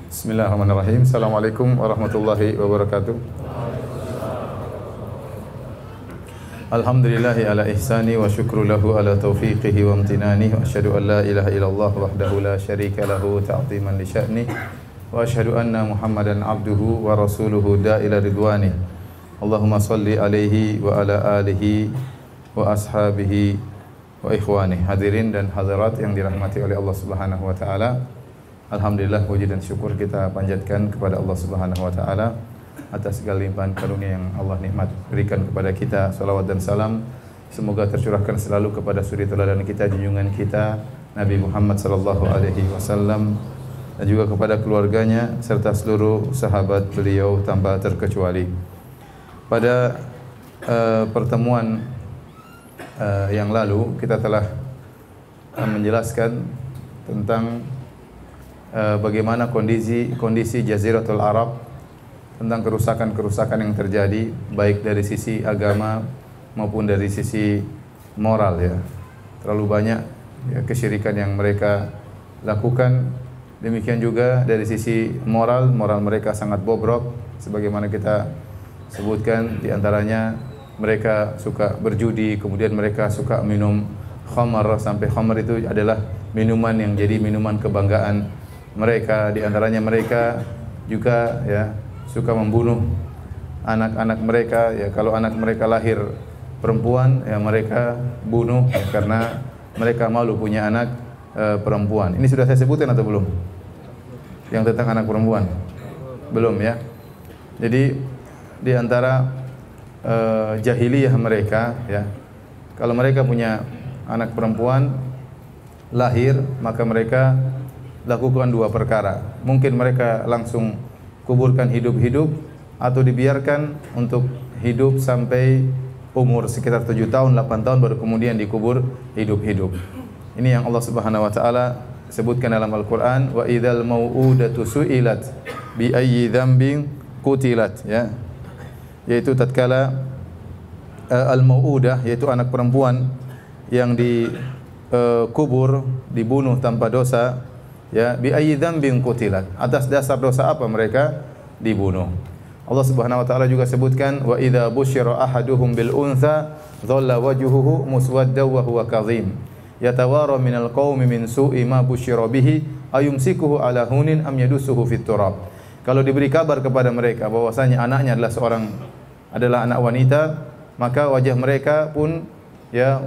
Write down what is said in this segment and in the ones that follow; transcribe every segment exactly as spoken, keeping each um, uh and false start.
Bismillahirrahmanirrahim. Assalamualaikum warahmatullahi wabarakatuh. Alhamdulillahi ala ihsani wa syukru lahu ala taufiqihi wa amtinani wa asyhadu an la ilaha illallah wahdahu la syarika lahu ta'ziman li sya'ni wa asyhadu anna Muhammadan abduhu wa rasuluhu da'ila ridwani. Allahumma salli alaihi wa ala alihi wa ashabihi wa ikhwani. Hadirin dan hadirat yang dirahmati oleh Allah Subhanahu wa taala. Alhamdulillah, puji dan syukur kita panjatkan kepada Allah Subhanahu wa taala atas segala limpahan karunia yang Allah nikmat berikan kepada kita. Salawat dan salam semoga tercurahkan selalu kepada suri teladan kita, junjungan kita Nabi Muhammad sallallahu alaihi wasallam, dan juga kepada keluarganya serta seluruh sahabat beliau tanpa terkecuali. Pada uh, pertemuan uh, yang lalu kita telah uh, menjelaskan tentang Uh, bagaimana kondisi kondisi Jaziratul Arab, tentang kerusakan-kerusakan yang terjadi baik dari sisi agama maupun dari sisi moral, ya. Terlalu banyak ya, kesyirikan yang mereka lakukan. Demikian juga dari sisi moral, moral mereka sangat bobrok sebagaimana kita sebutkan, di antaranya mereka suka berjudi, kemudian mereka suka minum khamar, sampai khamar itu adalah minuman yang jadi minuman kebanggaan mereka. Di antaranya mereka juga ya suka membunuh anak-anak mereka, ya. Kalau anak mereka lahir perempuan, ya mereka bunuh ya, karena mereka malu punya anak e, perempuan. Ini sudah saya sebutkan atau belum? Yang tentang anak perempuan? Belum, ya. Jadi di antara e, jahiliyah mereka, ya, kalau mereka punya anak perempuan lahir, maka mereka lakukan dua perkara. Mungkin mereka langsung kuburkan hidup-hidup, atau dibiarkan untuk hidup sampai umur sekitar tujuh tahun, delapan tahun, baru kemudian dikubur hidup-hidup. Ini yang Allah Subhanahu wa taala sebutkan dalam Al-Qur'an, wa idzal mau'udatu su'ilat bi ayyi dzambin qutilat, ya. Yaitu tatkala uh, al-mau'udah, yaitu anak perempuan yang dikubur, uh, dibunuh tanpa dosa, ya, bi ayyi dzambin qutilat, atas dasar dosa apa mereka dibunuh. Allah Subhanahu wa taala juga sebutkan, wa idza busyira ahaduhum bil untha dhalla wajhuhu muswaddan wa huwa kadhim yatawara minal qaumi min su'i ma busyira bihi ayumsikuhu ala hunin am yadussuhu fit turab. Kalau diberi kabar kepada mereka bahwasanya anaknya adalah seorang adalah anak wanita, maka wajah mereka pun ya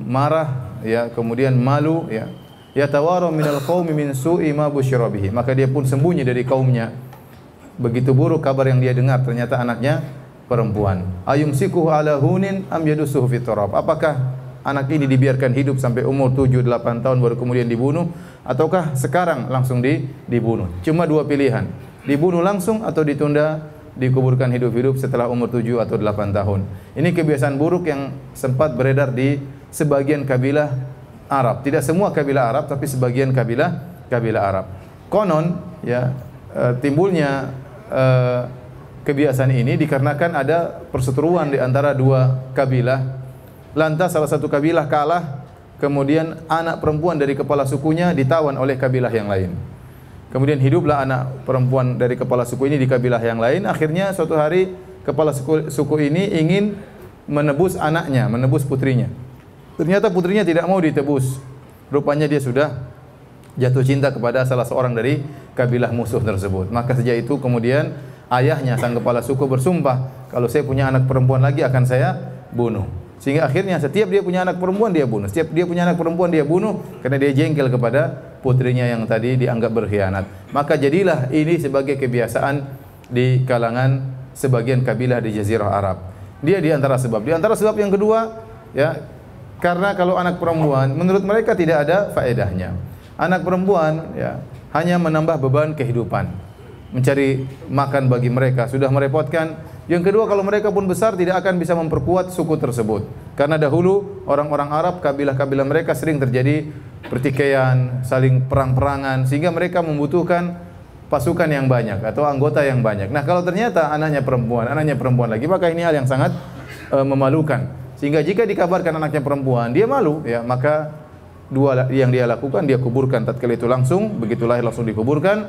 marah, ya, kemudian malu, ya. Yatawaru minal qaumi min su'i ma busyira bihi, maka dia pun sembunyi dari kaumnya. Begitu buruk kabar yang dia dengar, ternyata anaknya perempuan. Ayumsikuhu ala hunin am yadussuhu fit turab. Apakah anak ini dibiarkan hidup sampai umur tujuh delapan tahun baru kemudian dibunuh, ataukah sekarang langsung di, dibunuh? Cuma dua pilihan, dibunuh langsung atau ditunda, dikuburkan hidup-hidup setelah umur tujuh atau delapan tahun. Ini kebiasaan buruk yang sempat beredar di sebagian kabilah Arab. Tidak semua kabilah Arab, tapi sebagian kabilah kabilah Arab. Konon, ya, e, timbulnya e, kebiasaan ini dikarenakan ada perseteruan di antara dua kabilah. Lantas salah satu kabilah kalah, kemudian anak perempuan dari kepala sukunya ditawan oleh kabilah yang lain. Kemudian hiduplah anak perempuan dari kepala suku ini di kabilah yang lain. Akhirnya suatu hari kepala suku, suku ini ingin menebus anaknya, menebus putrinya. Ternyata putrinya tidak mau ditebus. Rupanya dia sudah jatuh cinta kepada salah seorang dari kabilah musuh tersebut. Maka sejak itu kemudian ayahnya, sang kepala suku, bersumpah, kalau saya punya anak perempuan lagi akan saya bunuh. Sehingga akhirnya setiap dia punya anak perempuan dia bunuh. Setiap dia punya anak perempuan dia bunuh, karena dia jengkel kepada putrinya yang tadi dianggap berkhianat. Maka jadilah ini sebagai kebiasaan di kalangan sebagian kabilah di Jazirah Arab. Dia di antara sebab. Di antara sebab yang kedua, ya, karena kalau anak perempuan menurut mereka tidak ada faedahnya. Anak perempuan, ya, hanya menambah beban kehidupan, mencari makan bagi mereka sudah merepotkan. Yang kedua, kalau mereka pun besar tidak akan bisa memperkuat suku tersebut. Karena dahulu orang-orang Arab, kabilah-kabilah mereka sering terjadi pertikaian, saling perang-perangan, sehingga mereka membutuhkan pasukan yang banyak atau anggota yang banyak. Nah, kalau ternyata anaknya perempuan, anaknya perempuan lagi, maka ini hal yang sangat uh, memalukan. Sehingga jika dikabarkan anaknya perempuan, dia malu, ya, maka dua yang dia lakukan, dia kuburkan tatkala itu langsung, begitu lahir langsung dikuburkan.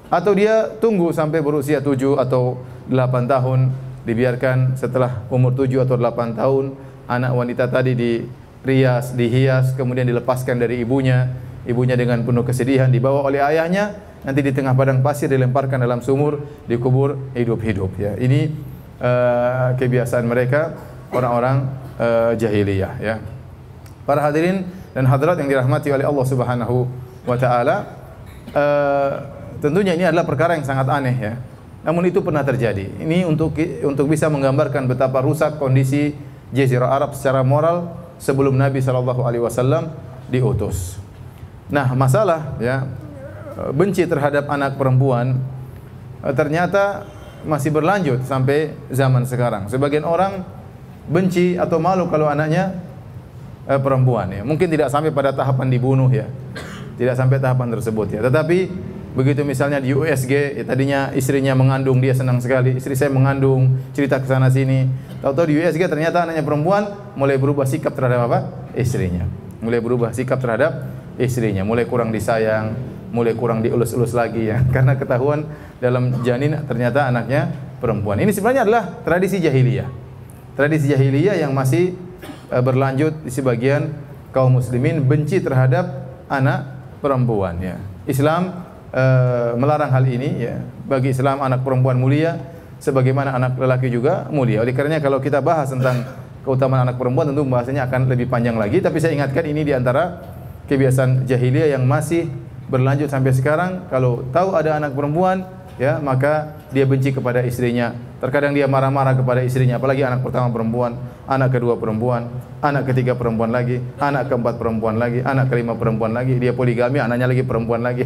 Atau dia tunggu sampai berusia tujuh atau delapan tahun, dibiarkan setelah umur tujuh atau delapan tahun anak wanita tadi dirias, dihias, kemudian dilepaskan dari ibunya. Ibunya dengan penuh kesedihan dibawa oleh ayahnya, nanti di tengah padang pasir dilemparkan dalam sumur, dikubur hidup-hidup ya. Ini uh, kebiasaan mereka orang-orang uh, jahiliyah ya. Para hadirin dan hadirat yang dirahmati oleh Allah Subhanahu wa taala, uh, tentunya ini adalah perkara yang sangat aneh ya. Namun itu pernah terjadi. Ini untuk untuk bisa menggambarkan betapa rusak kondisi Jazirah Arab secara moral sebelum Nabi sallallahu alaihi wasallam diutus. Nah, masalah ya benci terhadap anak perempuan ternyata masih berlanjut sampai zaman sekarang. Sebagian orang benci atau malu kalau anaknya eh, perempuan ya. Mungkin tidak sampai pada tahapan dibunuh ya. Tidak sampai tahapan tersebut ya. Tetapi begitu misalnya di U S G, ya, tadinya istrinya mengandung, dia senang sekali, istri saya mengandung, cerita ke sana sini. Tahu-tahu di U S G ternyata anaknya perempuan, mulai berubah sikap terhadap apa? Istrinya. Mulai berubah sikap terhadap istrinya, mulai kurang disayang, mulai kurang dielus-elus lagi ya. Karena ketahuan dalam janin ternyata anaknya perempuan. Ini sebenarnya adalah tradisi jahiliyah. Tradisi jahiliyah yang masih uh, berlanjut di sebagian kaum muslimin, benci terhadap anak perempuan ya. Islam Uh, melarang hal ini ya. Bagi Islam anak perempuan mulia sebagaimana anak lelaki juga mulia. Oleh karenanya kalau kita bahas tentang keutamaan anak perempuan tentu bahasanya akan lebih panjang lagi, tapi saya ingatkan ini di antara kebiasaan jahiliyah yang masih berlanjut sampai sekarang. Kalau tahu ada anak perempuan ya, maka dia benci kepada istrinya. Terkadang dia marah-marah kepada istrinya, apalagi anak pertama perempuan, anak kedua perempuan, anak ketiga perempuan lagi, anak keempat perempuan lagi, anak kelima perempuan lagi, dia poligami, anaknya lagi perempuan lagi.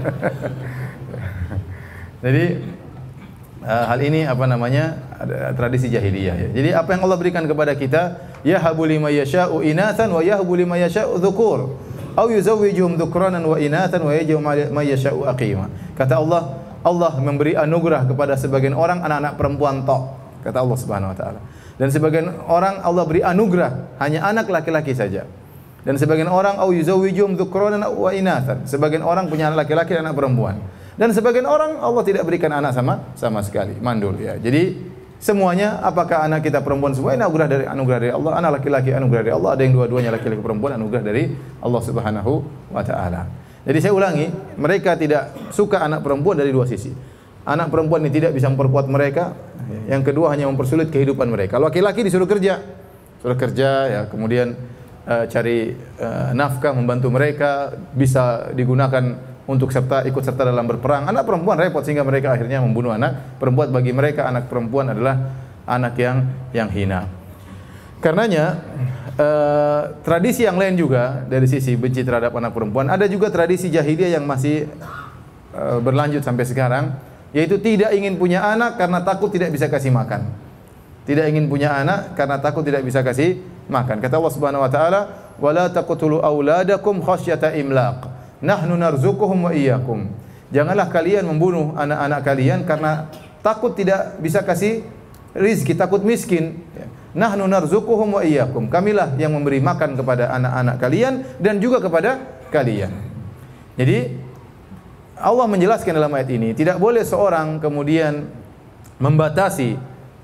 Jadi uh, hal ini apa namanya? Ada tradisi jahiliyah ya. Jadi apa yang Allah berikan kepada kita, yahabu liman yasha'u inatsan wa yahabu liman yasha'u dzukur, aw yuzawwijuhum dzukranan wa inatsan wa yaj'alu man yasha'u aqima. Kata Allah, Allah memberi anugerah kepada sebagian orang anak-anak perempuan tok, kata Allah Subhanahu wa taala. Dan sebagian orang Allah beri anugerah hanya anak laki-laki saja. Dan sebagian orang au yuzawwijuhum dzukranan wa inatsan, sebagian orang punya anak laki-laki dan anak perempuan. Dan sebagian orang Allah tidak berikan anak sama sama sekali, mandul ya. Jadi semuanya, apakah anak kita perempuan semua ini anugerah dari anugerah dari Allah, anak laki-laki anugerah dari Allah, ada yang dua-duanya laki-laki perempuan anugerah dari Allah Subhanahu wa taala. Jadi saya ulangi, mereka tidak suka anak perempuan dari dua sisi. Anak perempuan ini tidak bisa memperkuat mereka. Yang kedua hanya mempersulit kehidupan mereka. Laki-laki disuruh kerja, suruh kerja ya, kemudian uh, cari uh, nafkah, membantu mereka, bisa digunakan untuk serta ikut serta dalam berperang. Anak perempuan repot sehingga mereka akhirnya membunuh anak perempuan. Bagi mereka anak perempuan adalah anak yang yang hina. Karenanya Uh, tradisi yang lain juga dari sisi benci terhadap anak perempuan, ada juga tradisi jahiliyah yang masih uh, berlanjut sampai sekarang, yaitu tidak ingin punya anak karena takut tidak bisa kasih makan. Tidak ingin punya anak karena takut tidak bisa kasih makan. Kata Allah Subhanahu wa taala, "Wala taqtulu auladakum khasyata imlaq. Nahnu narzuquhum wa iyyakum." Janganlah kalian membunuh anak-anak kalian karena takut tidak bisa kasih rizki, takut miskin. Nahnu narzuquhum wa iyyakum. Kamilah yang memberi makan kepada anak-anak kalian dan juga kepada kalian. Jadi Allah menjelaskan dalam ayat ini, tidak boleh seorang kemudian membatasi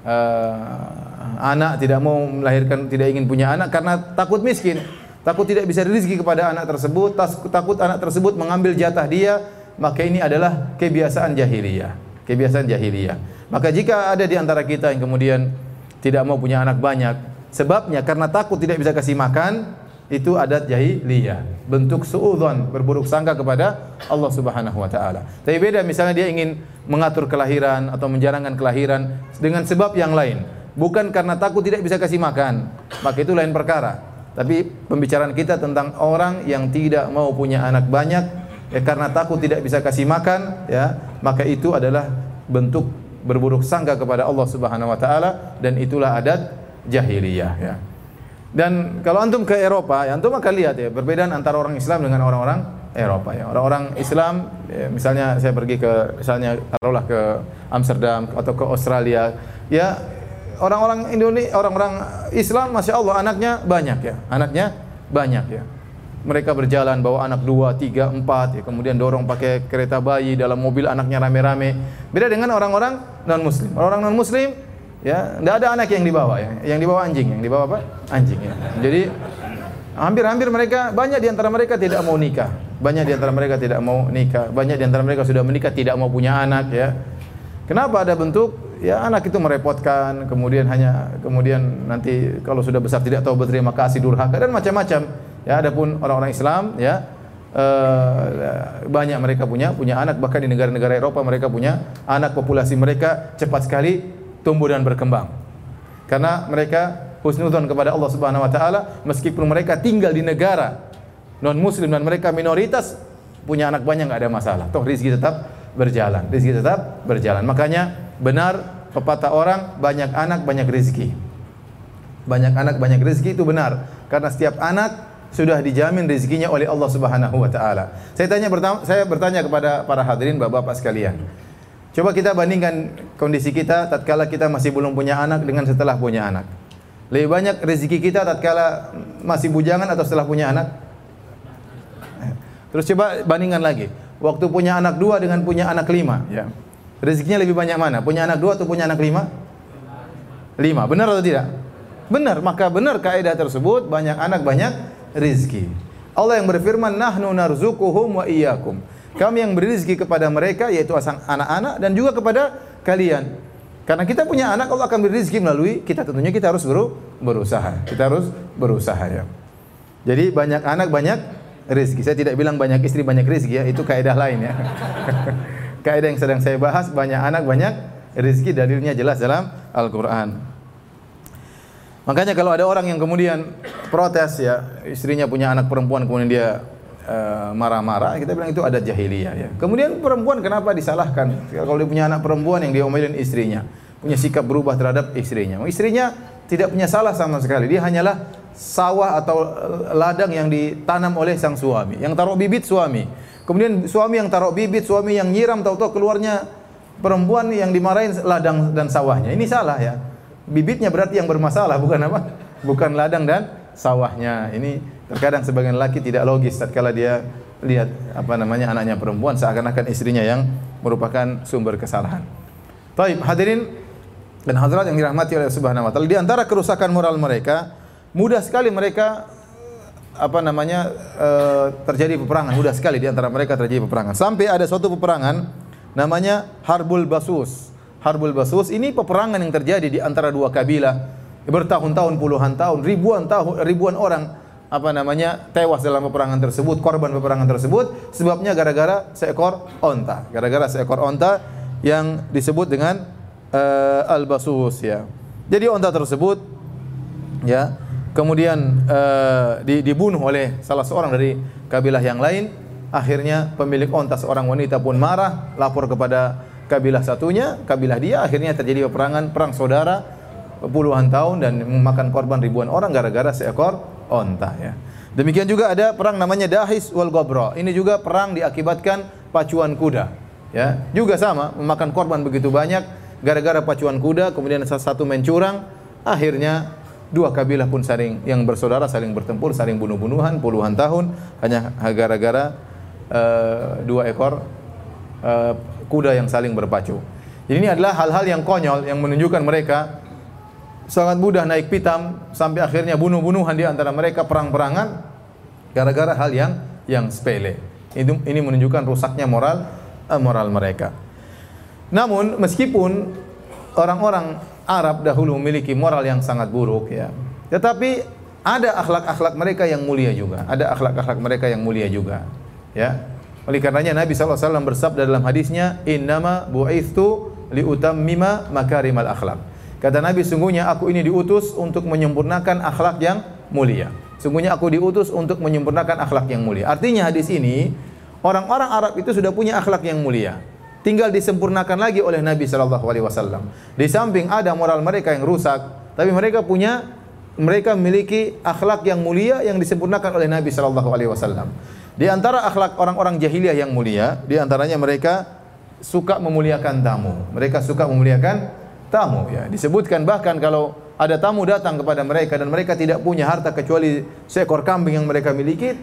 uh, anak tidak mau melahirkan, tidak ingin punya anak karena takut miskin, takut tidak bisa rezeki kepada anak tersebut, takut anak tersebut mengambil jatah dia, maka ini adalah kebiasaan jahiliyah, kebiasaan jahiliyah. Maka jika ada di antara kita yang kemudian tidak mau punya anak banyak, sebabnya karena takut tidak bisa kasih makan, itu adat jahiliyah, bentuk suudzon, berburuk sangka kepada Allah Subhanahu wa taala. Tapi beda misalnya dia ingin mengatur kelahiran atau menjarangkan kelahiran dengan sebab yang lain, bukan karena takut tidak bisa kasih makan, maka itu lain perkara. Tapi pembicaraan kita tentang orang yang tidak mau punya anak banyak ya karena takut tidak bisa kasih makan ya, maka itu adalah bentuk berburuk sangka kepada Allah Subhanahu wa taala, dan itulah adat jahiliyah ya. Dan kalau antum ke Eropa, ya antum akan lihat ya perbedaan antara orang Islam dengan orang-orang Eropa ya. Orang-orang Islam ya, misalnya saya pergi ke misalnya taruhlah ke Amsterdam atau ke Australia, ya orang-orang Indonesia, orang-orang Islam masya Allah anaknya banyak ya, anaknya banyak ya. mereka berjalan bawa anak dua, tiga, empat, ya, kemudian dorong pakai kereta bayi, dalam mobil anaknya rame-rame. Beda dengan orang-orang non-muslim. Orang-orang non-muslim, ya, tidak ada anak yang dibawa, ya. Yang dibawa anjing, yang dibawa apa? Anjing, ya. Jadi hampir-hampir mereka, banyak di antara mereka tidak mau nikah. Banyak di antara mereka tidak mau nikah. Banyak di antara mereka sudah menikah tidak mau punya anak, ya. Kenapa? Ada bentuk, ya, anak itu merepotkan, kemudian hanya kemudian nanti kalau sudah besar tidak tahu berterima kasih, durhaka dan macam-macam. Ya, adapun orang-orang Islam, ya, uh, banyak mereka punya punya anak, bahkan di negara-negara Eropa mereka punya anak, populasi mereka cepat sekali tumbuh dan berkembang. Karena mereka husnudzon kepada Allah Subhanahu wa taala, meskipun mereka tinggal di negara non muslim dan mereka minoritas, punya anak banyak enggak ada masalah. Toh rezeki tetap berjalan, rezeki tetap berjalan. Makanya benar pepatah orang, banyak anak banyak rezeki. Banyak anak banyak rezeki itu benar, karena setiap anak sudah dijamin rezekinya oleh Allah Subhanahu wa taala. Saya tanya saya bertanya kepada para hadirin Bapak-bapak sekalian. Coba kita bandingkan kondisi kita tatkala kita masih belum punya anak dengan setelah punya anak. Lebih banyak rezeki kita tatkala masih bujangan atau setelah punya anak? Terus coba bandingkan lagi. Waktu punya anak dua dengan punya anak lima, ya. Rezekinya lebih banyak mana? Punya anak dua atau punya anak lima? Lima. Benar atau tidak? Benar. Maka benar kaidah tersebut, banyak anak banyak rizki. Allah yang berfirman, nahnu narzuquhum wa iyyakum. Kami yang beri rizki kepada mereka, yaitu anak-anak dan juga kepada kalian. Karena kita punya anak, Allah akan beri rizki melalui kita. Tentunya kita harus berusaha. Kita harus berusaha, ya. Jadi banyak anak banyak rizki. Saya tidak bilang banyak istri banyak rizki, ya. Itu kaidah lain, ya. Kaidah yang sedang saya bahas, banyak anak banyak rizki, dalilnya jelas dalam Al-Quran. Makanya kalau ada orang yang kemudian protes, ya, istrinya punya anak perempuan kemudian dia uh, marah-marah, kita bilang itu adat jahiliyah, ya. Kemudian perempuan kenapa disalahkan? Kalau dia punya anak perempuan yang diomelin istrinya, punya sikap berubah terhadap istrinya. Istrinya tidak punya salah sama sekali. Dia hanyalah sawah atau ladang yang ditanam oleh sang suami, yang taruh bibit suami. Kemudian suami yang taruh bibit, suami yang nyiram, tahu-tahu keluarnya perempuan yang dimarahin ladang dan sawahnya. Ini salah, ya. Bibitnya berarti yang bermasalah, bukan apa? Bukan ladang dan sawahnya. Ini terkadang sebagian laki tidak logis tatkala dia lihat apa namanya anaknya perempuan, seakan-akan istrinya yang merupakan sumber kesalahan. Baik, hadirin dan hadirat yang dirahmati oleh Subhanahu wa taala, di antara kerusakan moral mereka, mudah sekali mereka apa namanya e, terjadi peperangan, mudah sekali di antara mereka terjadi peperangan. Sampai ada suatu peperangan namanya Harbul Basus. Harbul Basus ini peperangan yang terjadi di antara dua kabilah, bertahun-tahun, puluhan tahun, ribuan tahun, ribuan orang apa namanya tewas dalam peperangan tersebut, korban peperangan tersebut, sebabnya gara-gara seekor onta, gara-gara seekor onta yang disebut dengan uh, Al-Basus, ya. Jadi onta tersebut, ya, kemudian uh, dibunuh oleh salah seorang dari kabilah yang lain. Akhirnya pemilik onta, seorang wanita, pun marah, lapor kepada kabilah satunya, kabilah dia, akhirnya terjadi peperangan, perang saudara puluhan tahun dan memakan korban ribuan orang gara-gara seekor onta, ya. Demikian juga ada perang namanya Dahis wal Ghabra. Ini juga perang diakibatkan pacuan kuda, ya. Juga sama, memakan korban begitu banyak gara-gara pacuan kuda, kemudian salah satu main curang, akhirnya dua kabilah pun saling yang bersaudara saling bertempur, saling bunuh-bunuhan puluhan tahun hanya gara-gara uh, dua ekor uh, kuda yang saling berpacu. Jadi ini adalah hal-hal yang konyol yang menunjukkan mereka sangat mudah naik pitam sampai akhirnya bunuh-bunuhan di antara mereka, perang-perangan gara-gara hal yang yang sepele. Itu ini menunjukkan rusaknya moral uh, moral mereka. Namun meskipun orang-orang Arab dahulu memiliki moral yang sangat buruk, ya, tetapi ada akhlak-akhlak mereka yang mulia juga. Ada akhlak-akhlak mereka yang mulia juga, ya. Oleh karenanya Nabi sallallahu alaihi wasallam bersabda dalam hadisnya, "Innama bu'itsu liutammima makarimal akhlak." Kata Nabi, sungguhnya aku ini diutus untuk menyempurnakan akhlak yang mulia. Sungguhnya aku diutus untuk menyempurnakan akhlak yang mulia. Artinya hadis ini, orang-orang Arab itu sudah punya akhlak yang mulia, tinggal disempurnakan lagi oleh Nabi sallallahu alaihi wasallam. Di samping ada moral mereka yang rusak, tapi mereka punya mereka memiliki akhlak yang mulia yang disempurnakan oleh Nabi sallallahu alaihi wasallam. Di antara akhlak orang-orang jahiliyah yang mulia, di antaranya mereka suka memuliakan tamu. Mereka suka memuliakan tamu, ya. Disebutkan bahkan kalau ada tamu datang kepada mereka dan mereka tidak punya harta kecuali seekor kambing yang mereka miliki,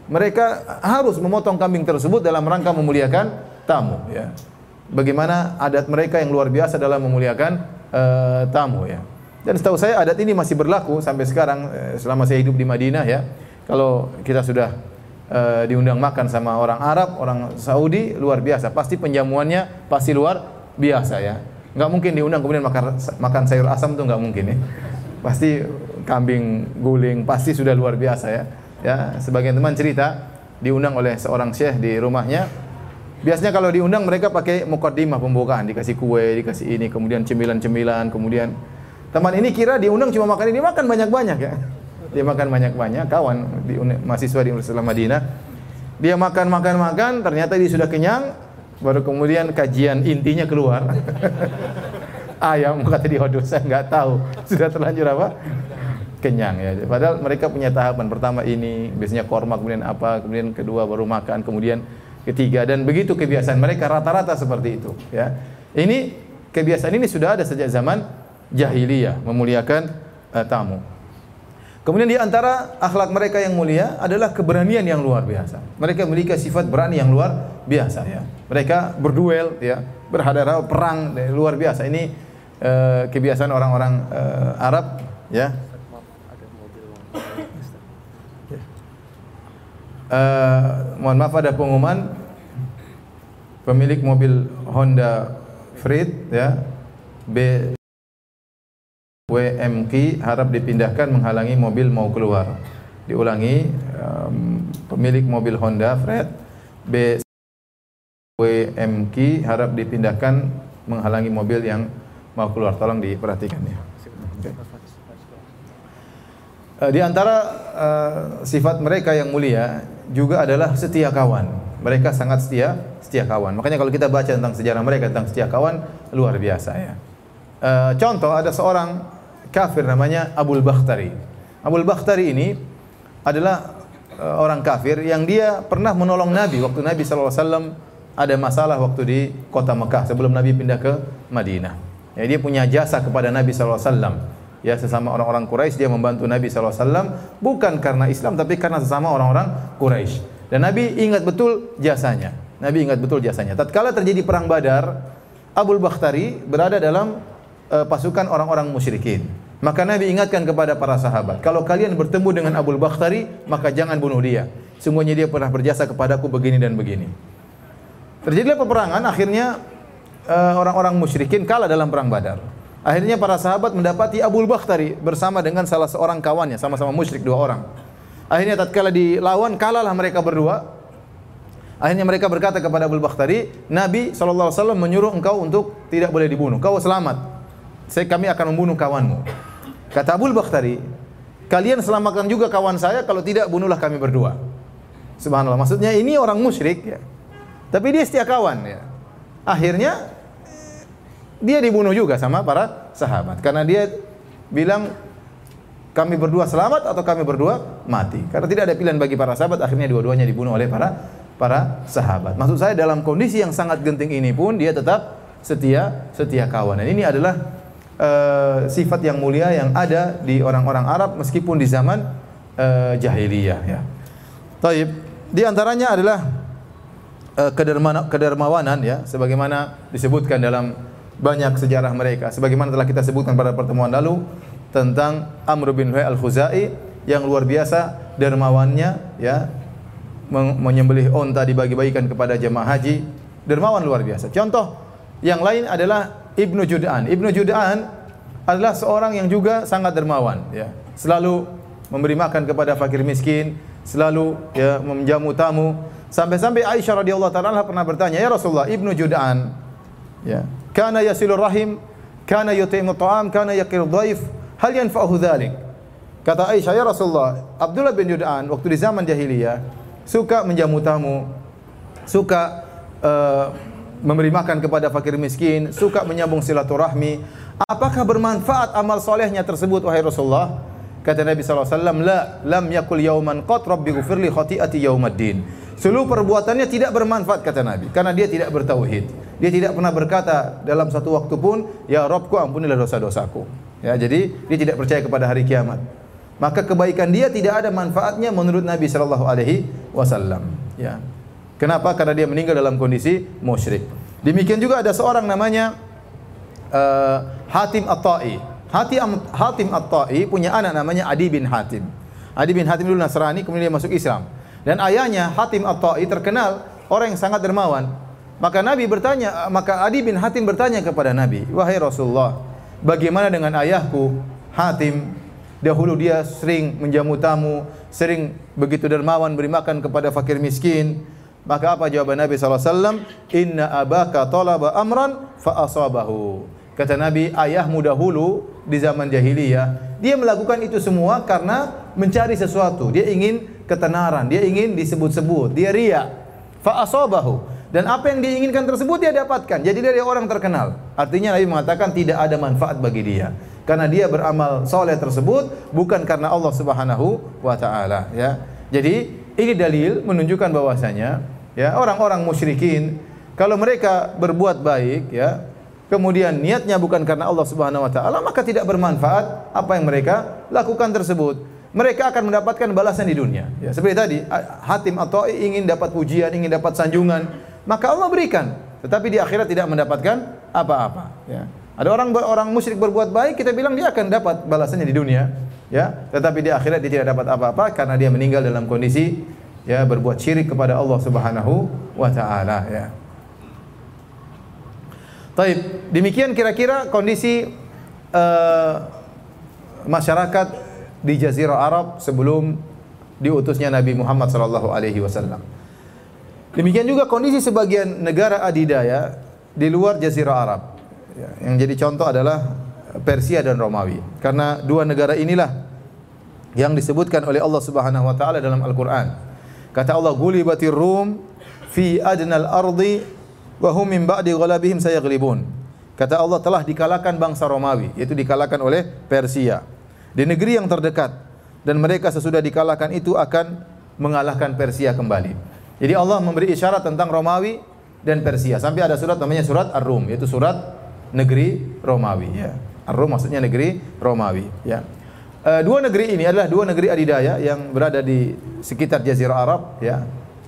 mereka harus memotong kambing tersebut dalam rangka memuliakan tamu, ya. Bagaimana adat mereka yang luar biasa dalam memuliakan uh, tamu, ya. Dan setahu saya adat ini masih berlaku sampai sekarang uh, selama saya hidup di Madinah, ya. Kalau kita sudah uh, diundang makan sama orang Arab, orang Saudi, luar biasa. Pasti penjamuannya pasti luar biasa, ya. Nggak mungkin diundang kemudian makan makan sayur asam, tuh nggak mungkin, ya. Pasti kambing guling, pasti sudah luar biasa, ya. Ya, sebagian teman cerita diundang oleh seorang syekh di rumahnya. Biasanya kalau diundang mereka pakai mukaddimah pembukaan, dikasih kue, dikasih ini, kemudian cemilan-cemilan, kemudian teman ini kira diundang cuma makan ini, makan banyak-banyak, ya. Dia makan banyak-banyak, kawan di mahasiswa di Universitas Madinah. Dia makan-makan-makan, ternyata dia sudah kenyang, baru kemudian kajian intinya keluar. Ayam kata dia, waduh saya nggak tahu, sudah terlanjur apa? Kenyang, ya. Padahal mereka punya tahapan, pertama ini, biasanya korma, kemudian apa, kemudian kedua baru makan, kemudian ketiga, dan begitu kebiasaan mereka rata-rata seperti itu, ya. Ini kebiasaan ini sudah ada sejak zaman jahiliyah, memuliakan uh, tamu. Kemudian di antara akhlak mereka yang mulia adalah keberanian yang luar biasa. Mereka memiliki sifat berani yang luar biasa, ya. Mereka berduel, ya, berhadapan perang, ya, luar biasa. Ini uh, kebiasaan orang-orang uh, Arab, ya. Uh, mohon maaf, ada pengumuman pemilik mobil Honda Freed, ya, B W M Q harap dipindahkan menghalangi mobil mau keluar. Diulangi, um, pemilik mobil Honda Freed B W M Q harap dipindahkan menghalangi mobil yang mau keluar. Tolong diperhatikan, ya. Okay. Uh, di antara uh, sifat mereka yang mulia juga adalah setia kawan. Mereka sangat setia, setia kawan. Makanya kalau kita baca tentang sejarah mereka tentang setia kawan, luar biasa, ya. E, contoh, ada seorang kafir namanya Abul Bakhtari. Abul Bakhtari ini adalah e, orang kafir yang dia pernah menolong Nabi waktu Nabi sallallahu alaihi wasallam ada masalah waktu di kota Mekah sebelum Nabi pindah ke Madinah. Ya, dia punya jasa kepada Nabi sallallahu alaihi wasallam. Ya, sesama orang-orang Quraisy dia membantu Nabi sallallahu alaihi wasallam bukan karena Islam tapi karena sesama orang-orang Quraisy. Dan Nabi ingat betul jasanya. Nabi ingat betul jasanya. Tatkala terjadi perang Badar, Abul Bakhtari berada dalam uh, pasukan orang-orang musyrikin. Maka Nabi ingatkan kepada para sahabat, kalau kalian bertemu dengan Abul Bakhtari, maka jangan bunuh dia. Sungguhnya dia pernah berjasa kepadaku begini dan begini. Terjadilah peperangan, akhirnya uh, orang-orang musyrikin kalah dalam perang Badar. Akhirnya para sahabat mendapati Abul Bakhtari bersama dengan salah seorang kawannya, sama-sama musyrik dua orang. Akhirnya tatkala dilawan, kalahlah mereka berdua. Akhirnya mereka berkata kepada Abul Bakhtari, Nabi sallallahu alaihi wasallam menyuruh engkau untuk tidak boleh dibunuh. Kau selamat. Saya kami akan membunuh kawanmu. Kata Abul Bakhtari, kalian selamatkan juga kawan saya, kalau tidak bunuhlah kami berdua. Subhanallah. Maksudnya ini orang musyrik, ya. Tapi dia setia kawan, ya. Akhirnya dia dibunuh juga sama para sahabat karena dia bilang kami berdua selamat atau kami berdua mati. Karena tidak ada pilihan bagi para sahabat, akhirnya dua-duanya dibunuh oleh para para sahabat. Maksud saya dalam kondisi yang sangat genting ini pun dia tetap setia setia kawan. Dan ini adalah uh, sifat yang mulia yang ada di orang-orang Arab meskipun di zaman uh, jahiliyah, ya. Taib. Di antaranya adalah uh, kederma, kedermawanan, ya, sebagaimana disebutkan dalam banyak sejarah mereka. Sebagaimana telah kita sebutkan pada pertemuan lalu tentang Amr bin Luhai al-Khuzai yang luar biasa dermawannya, ya, menyembelih onta dibagi-bagikan kepada jemaah haji. Dermawan luar biasa. Contoh yang lain adalah Ibnu Jud'an. Ibnu Jud'an adalah seorang yang juga sangat dermawan, ya. Selalu memberi makan kepada fakir miskin, selalu, ya, menjamu tamu. Sampai-sampai Aisyah radhiyallahu taala pernah bertanya, "Ya Rasulullah, Ibnu Jud'an, ya, kana yasilur rahim, kana yut'imu ta'am, kana yaqiru dhaif, hal yanfa'uhu dzalik?" Kata Aisyah, "Ya Rasulullah, Abdullah bin Jud'an waktu di zaman jahiliyah suka menjamu tamu, suka uh, memberi makan kepada fakir miskin, suka menyambung silaturahmi. Apakah bermanfaat amal solehnya tersebut, wahai Rasulullah?" Kata Nabi sallallahu alaihi wasallam, "La, lam yakul yauman qat rabbighfirli khati'ati yaumaddin." Seluruh perbuatannya tidak bermanfaat, kata Nabi, karena dia tidak bertauhid. Dia tidak pernah berkata dalam satu waktu pun, "Ya Rabbku, ampunilah dosa-dosaku." Ya, jadi dia tidak percaya kepada hari kiamat. maka kebaikan dia tidak ada manfaatnya menurut Nabi sallallahu alaihi wasallam. Ya. Kenapa? Karena dia meninggal dalam kondisi musyrik. Demikian juga ada seorang namanya uh, Hatim At-Ta'i. Hatim, Hatim At-Ta'i punya anak namanya Adi bin Hatim. Adi bin Hatim dulu Nasrani, kemudian dia masuk Islam. Dan ayahnya Hatim At-Ta'i terkenal orang yang sangat dermawan. Maka Nabi bertanya, maka Adi bin Hatim bertanya kepada Nabi, "Wahai Rasulullah, bagaimana dengan ayahku Hatim? Dahulu dia sering menjamu tamu, sering begitu dermawan beri makan kepada fakir miskin." Maka apa jawaban Nabi sallallahu alaihi wasallam? "Inna abaka talaba amran fa asabahu." Kata Nabi, ayahmu dahulu di zaman jahiliyah, dia melakukan itu semua karena mencari sesuatu. Dia ingin ketenaran, dia ingin disebut-sebut, dia riya. Fa asabahu. Dan apa yang diinginkan tersebut dia dapatkan. Jadi dia orang terkenal. Artinya Nabi mengatakan tidak ada manfaat bagi dia. Karena dia beramal soleh tersebut bukan karena Allah Subhanahu wa taala, ya. Jadi ini dalil menunjukkan bahwasanya ya orang-orang musyrikin kalau mereka berbuat baik ya, kemudian niatnya bukan karena Allah Subhanahu wa taala, maka tidak bermanfaat apa yang mereka lakukan tersebut. Mereka akan mendapatkan balasan di dunia. Ya, seperti tadi Hatim At-Ta'i ingin dapat pujian, ingin dapat sanjungan, maka Allah berikan, tetapi di akhirat tidak mendapatkan apa-apa, ya. Ada orang orang musyrik berbuat baik, kita bilang dia akan dapat balasannya di dunia, ya, tetapi di akhirat dia tidak dapat apa-apa karena dia meninggal dalam kondisi ya berbuat syirik kepada Allah Subhanahu wa taala, ya. Baik, demikian kira-kira kondisi uh, masyarakat di Jazirah Arab sebelum diutusnya Nabi Muhammad sallallahu alaihi wasallam. Demikian juga kondisi sebagian negara adidaya di luar Jazirah Arab. Yang jadi contoh adalah Persia dan Romawi. Karena dua negara inilah yang disebutkan oleh Allah Subhanahu wa taala dalam Al-Qur'an. Kata Allah, "Gulibatir Rum fi adnal ardi wa hum min ba'di ghalabihim sayaghlibun." Kata Allah, telah dikalahkan bangsa Romawi, yaitu dikalahkan oleh Persia di negeri yang terdekat, dan mereka sesudah dikalahkan itu akan mengalahkan Persia kembali. Jadi Allah memberi isyarat tentang Romawi dan Persia. Sampai ada surat namanya surat Ar-Rum, yaitu surat negeri Romawi, ya. Ar-Rum maksudnya negeri Romawi, ya. E, dua negeri ini adalah dua negeri adidaya yang berada di sekitar Jazirah Arab, ya.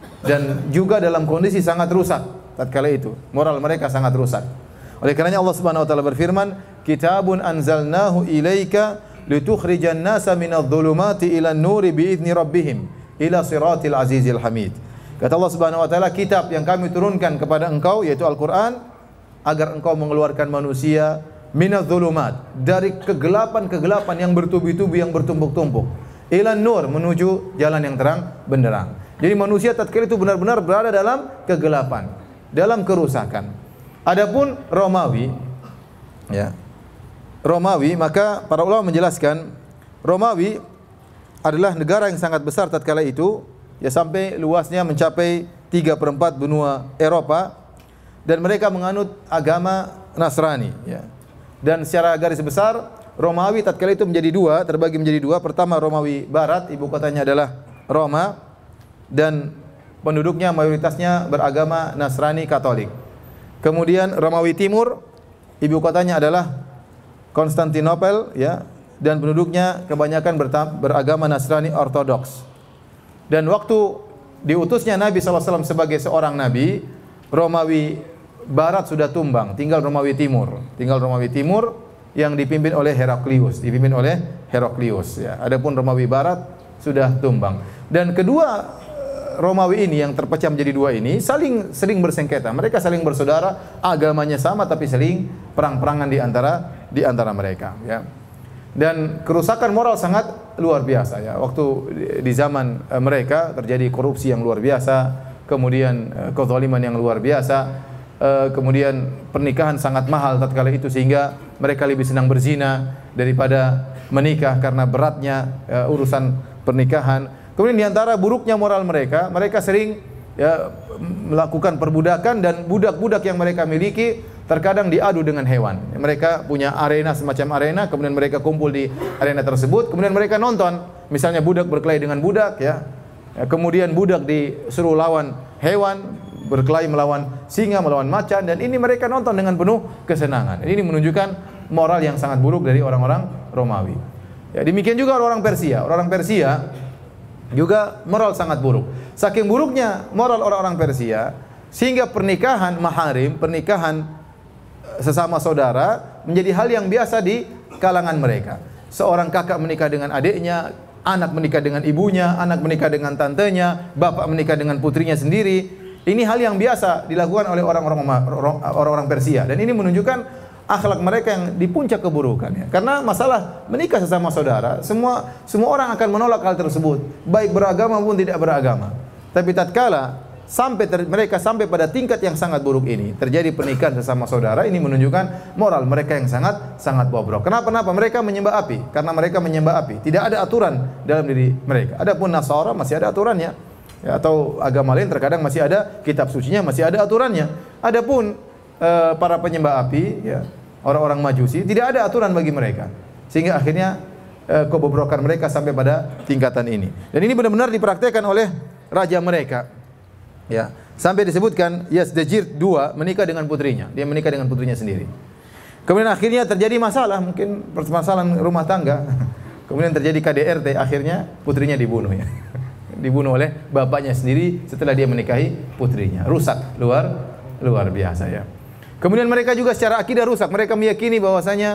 Dan juga dalam kondisi sangat rusak tatkala itu. Moral mereka sangat rusak. Oleh karenanya Allah Subhanahu wa taala berfirman, "Kitabun anzalnahu ilaika litukhrijan nasa minadh-dhulumati ilan nuri bi'izni rabbihim ila siratil azizil hamid." Kata Allah Subhanahu wa taala, kitab yang kami turunkan kepada engkau yaitu Al-Qur'an agar engkau mengeluarkan manusia minadh-dhulumat, dari kegelapan-kegelapan yang bertubi-tubi, yang bertumpuk-tumpuk, ilan nur, menuju jalan yang terang benderang. Jadi manusia tatkala itu benar-benar berada dalam kegelapan, dalam kerusakan. Adapun Romawi, ya. Romawi, maka para ulama menjelaskan Romawi adalah negara yang sangat besar tatkala itu, ya, sampai luasnya mencapai tiga per empat benua Eropa, dan mereka menganut agama Nasrani, ya. Dan secara garis besar Romawi tatkala itu menjadi dua, terbagi menjadi dua. Pertama Romawi Barat, ibu kotanya adalah Roma, dan penduduknya mayoritasnya beragama Nasrani Katolik. Kemudian Romawi Timur, ibu kotanya adalah Konstantinopel, ya, dan penduduknya kebanyakan beragama Nasrani Ortodoks. Dan waktu diutusnya Nabi sallallahu alaihi wasallam sebagai seorang nabi, Romawi Barat sudah tumbang, tinggal Romawi Timur. Tinggal Romawi Timur yang dipimpin oleh Heraklius, dipimpin oleh Heraklius, ya. Adapun Romawi Barat sudah tumbang. Dan kedua Romawi ini yang terpecah menjadi dua ini saling sering bersengketa. Mereka saling bersaudara, agamanya sama tapi saling perang-perangan di antara di antara mereka, ya. Dan kerusakan moral sangat luar biasa, ya. Waktu di zaman mereka terjadi korupsi yang luar biasa, kemudian kezaliman yang luar biasa. Uh, kemudian pernikahan sangat mahal tatkala itu, sehingga mereka lebih senang berzina daripada menikah karena beratnya uh, urusan pernikahan. Kemudian di antara buruknya moral mereka, mereka sering ya melakukan perbudakan, dan budak-budak yang mereka miliki terkadang diadu dengan hewan. Mereka punya arena, semacam arena, kemudian mereka kumpul di arena tersebut, kemudian mereka nonton, misalnya budak berkelahi dengan budak, ya. Ya, kemudian budak disuruh lawan hewan, berkelahi melawan singa, melawan macan, dan ini mereka nonton dengan penuh kesenangan. Ini menunjukkan moral yang sangat buruk dari orang-orang Romawi. Ya, demikian juga orang-orang Persia. Orang-orang Persia juga moral sangat buruk. Saking buruknya moral orang-orang Persia sehingga pernikahan maharim, pernikahan sesama saudara menjadi hal yang biasa di kalangan mereka. Seorang kakak menikah dengan adiknya, anak menikah dengan ibunya, anak menikah dengan tantenya, bapak menikah dengan putrinya sendiri. Ini hal yang biasa dilakukan oleh orang-orang orang-orang Persia, dan ini menunjukkan akhlak mereka yang di puncak keburukan, ya. Karena masalah menikah sesama saudara, semua semua orang akan menolak hal tersebut, baik beragama maupun tidak beragama. Tapi tatkala sampai ter, mereka sampai pada tingkat yang sangat buruk ini, terjadi pernikahan sesama saudara, ini menunjukkan moral mereka yang sangat sangat bobrok. Kenapa? Kenapa? Mereka menyembah api. Karena mereka menyembah api, tidak ada aturan dalam diri mereka. Adapun Nasara masih ada aturannya, ya, atau agama lain terkadang masih ada kitab sucinya, masih ada aturannya. Adapun uh, para penyembah api, ya, orang-orang Majusi, tidak ada aturan bagi mereka, sehingga akhirnya uh, kebobrokan mereka sampai pada tingkatan ini. Dan ini benar-benar dipraktekkan oleh raja mereka. Ya, sampai disebutkan Yazdajir kedua menikah dengan putrinya. Dia menikah dengan putrinya sendiri. Kemudian akhirnya terjadi masalah, mungkin permasalahan rumah tangga. Kemudian terjadi K D R T, akhirnya putrinya dibunuh, ya. Dibunuh oleh bapaknya sendiri setelah dia menikahi putrinya. Rusak luar luar biasa, ya. Kemudian mereka juga secara akidah rusak. Mereka meyakini bahwasanya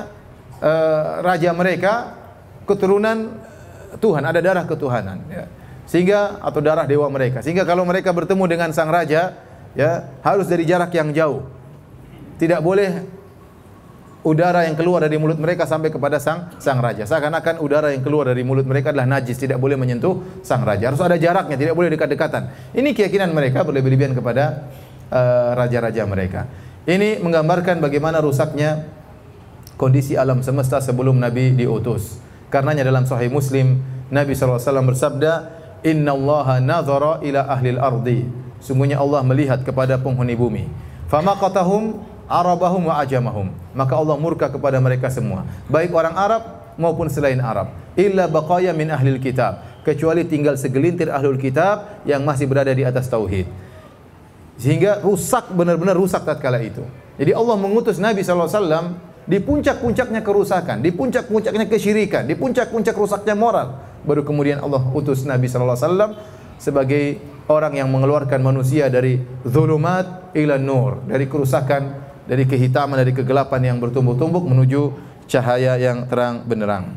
uh, raja mereka keturunan Tuhan, ada darah ketuhanan, ya. Sehingga atau darah dewa mereka. Sehingga kalau mereka bertemu dengan sang raja, ya, harus dari jarak yang jauh. Tidak boleh udara yang keluar dari mulut mereka sampai kepada sang sang raja. Seakan-akan udara yang keluar dari mulut mereka adalah najis, tidak boleh menyentuh sang raja. Harus ada jaraknya, tidak boleh dekat-dekatan. Ini keyakinan mereka berlebih-lebihan kepada uh, raja-raja mereka. Ini menggambarkan bagaimana rusaknya kondisi alam semesta sebelum Nabi diutus. Karenanya dalam Sahih Muslim, Nabi sallallahu alaihi wasallam bersabda, Inna Allaha nazara ila ahlil ardi. Sungguhnya Allah melihat kepada penghuni bumi. Famaqatahum arabahum wa ajamahum. Maka Allah murka kepada mereka semua, baik orang Arab maupun selain Arab. Illa baqaya min ahlil kitab. Kecuali tinggal segelintir ahlul kitab yang masih berada di atas tauhid. Sehingga rusak, benar-benar rusak tatkala itu. Jadi Allah mengutus Nabi sallallahu alaihi wasallam di puncak-puncaknya kerusakan, di puncak-puncaknya kesyirikan, di puncak-puncak rusaknya moral. Baru kemudian Allah utus Nabi sallallahu alaihi wasallam sebagai orang yang mengeluarkan manusia dari zulumat ila nur, dari kerusakan, dari kehitaman, dari kegelapan yang bertumbuk-tumbuk menuju cahaya yang terang benderang.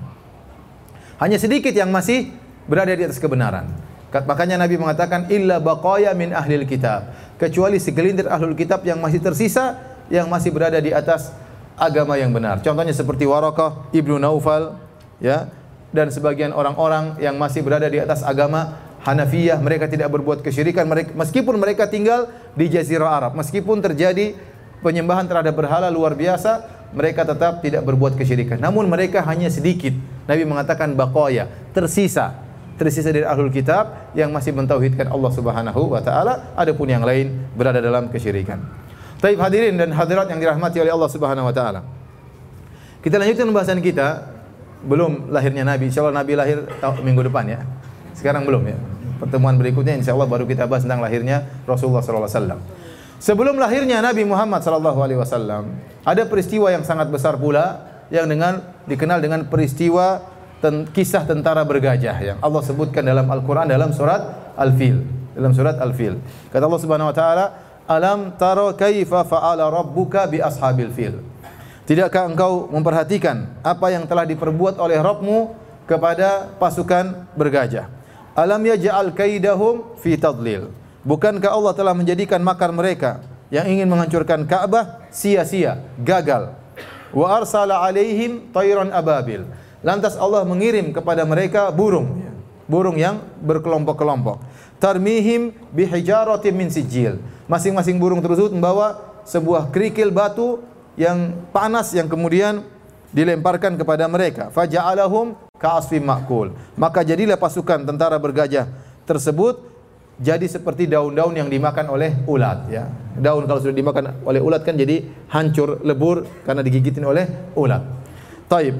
Hanya sedikit yang masih berada di atas kebenaran. Makanya Nabi mengatakan illa baqaya min ahlil kitab, kecuali segelintir ahlul kitab yang masih tersisa, yang masih berada di atas agama yang benar. Contohnya seperti Waraqah ibnu Naufal, ya, dan sebagian orang-orang yang masih berada di atas agama Hanafiyah. Mereka tidak berbuat kesyirikan, mereka, meskipun mereka tinggal di Jazirah Arab, meskipun terjadi penyembahan terhadap berhala luar biasa, mereka tetap tidak berbuat kesyirikan. Namun mereka hanya sedikit. Nabi mengatakan baqaya, tersisa, tersisa dari ahlul kitab yang masih mentauhidkan Allah Subhanahu wa taala, adapun yang lain berada dalam kesyirikan. Taib hadirin dan hadirat yang dirahmati oleh Allah Subhanahu wa taala. Kita lanjutkan pembahasan kita. Belum lahirnya Nabi, insyaallah Nabi lahir minggu depan, ya. Sekarang belum, ya. Pertemuan berikutnya insyaallah baru kita bahas tentang lahirnya Rasulullah sallallahu alaihi wasallam. Sebelum lahirnya Nabi Muhammad sallallahu alaihi wasallam, ada peristiwa yang sangat besar pula yang dengan dikenal dengan peristiwa ten, kisah tentara bergajah yang Allah sebutkan dalam Al-Qur'an dalam surat Al-Fil. Dalam surat Al-Fil. Kata Allah Subhanahu wa taala, "Alam tara kaifa fa'ala rabbuka bi ashabil fil?" Tidakkah engkau memperhatikan apa yang telah diperbuat oleh Rabbmu kepada pasukan bergajah? Alam yaj'al kaidahum fi tadlil. Bukankah Allah telah menjadikan makar mereka yang ingin menghancurkan Ka'bah sia-sia, gagal. Wa arsala alaihim tayran ababil. Lantas Allah mengirim kepada mereka burung, burung yang berkelompok-kelompok. Tarmihim bihijaratin min sijil. Masing-masing burung tersebut membawa sebuah kerikil batu yang panas yang kemudian dilemparkan kepada mereka. Faja'alahum ka'asfim ma'kul. Maka jadilah pasukan tentara bergajah tersebut jadi seperti daun-daun yang dimakan oleh ulat, ya. Daun kalau sudah dimakan oleh ulat kan jadi hancur, lebur karena digigitin oleh ulat. Taib.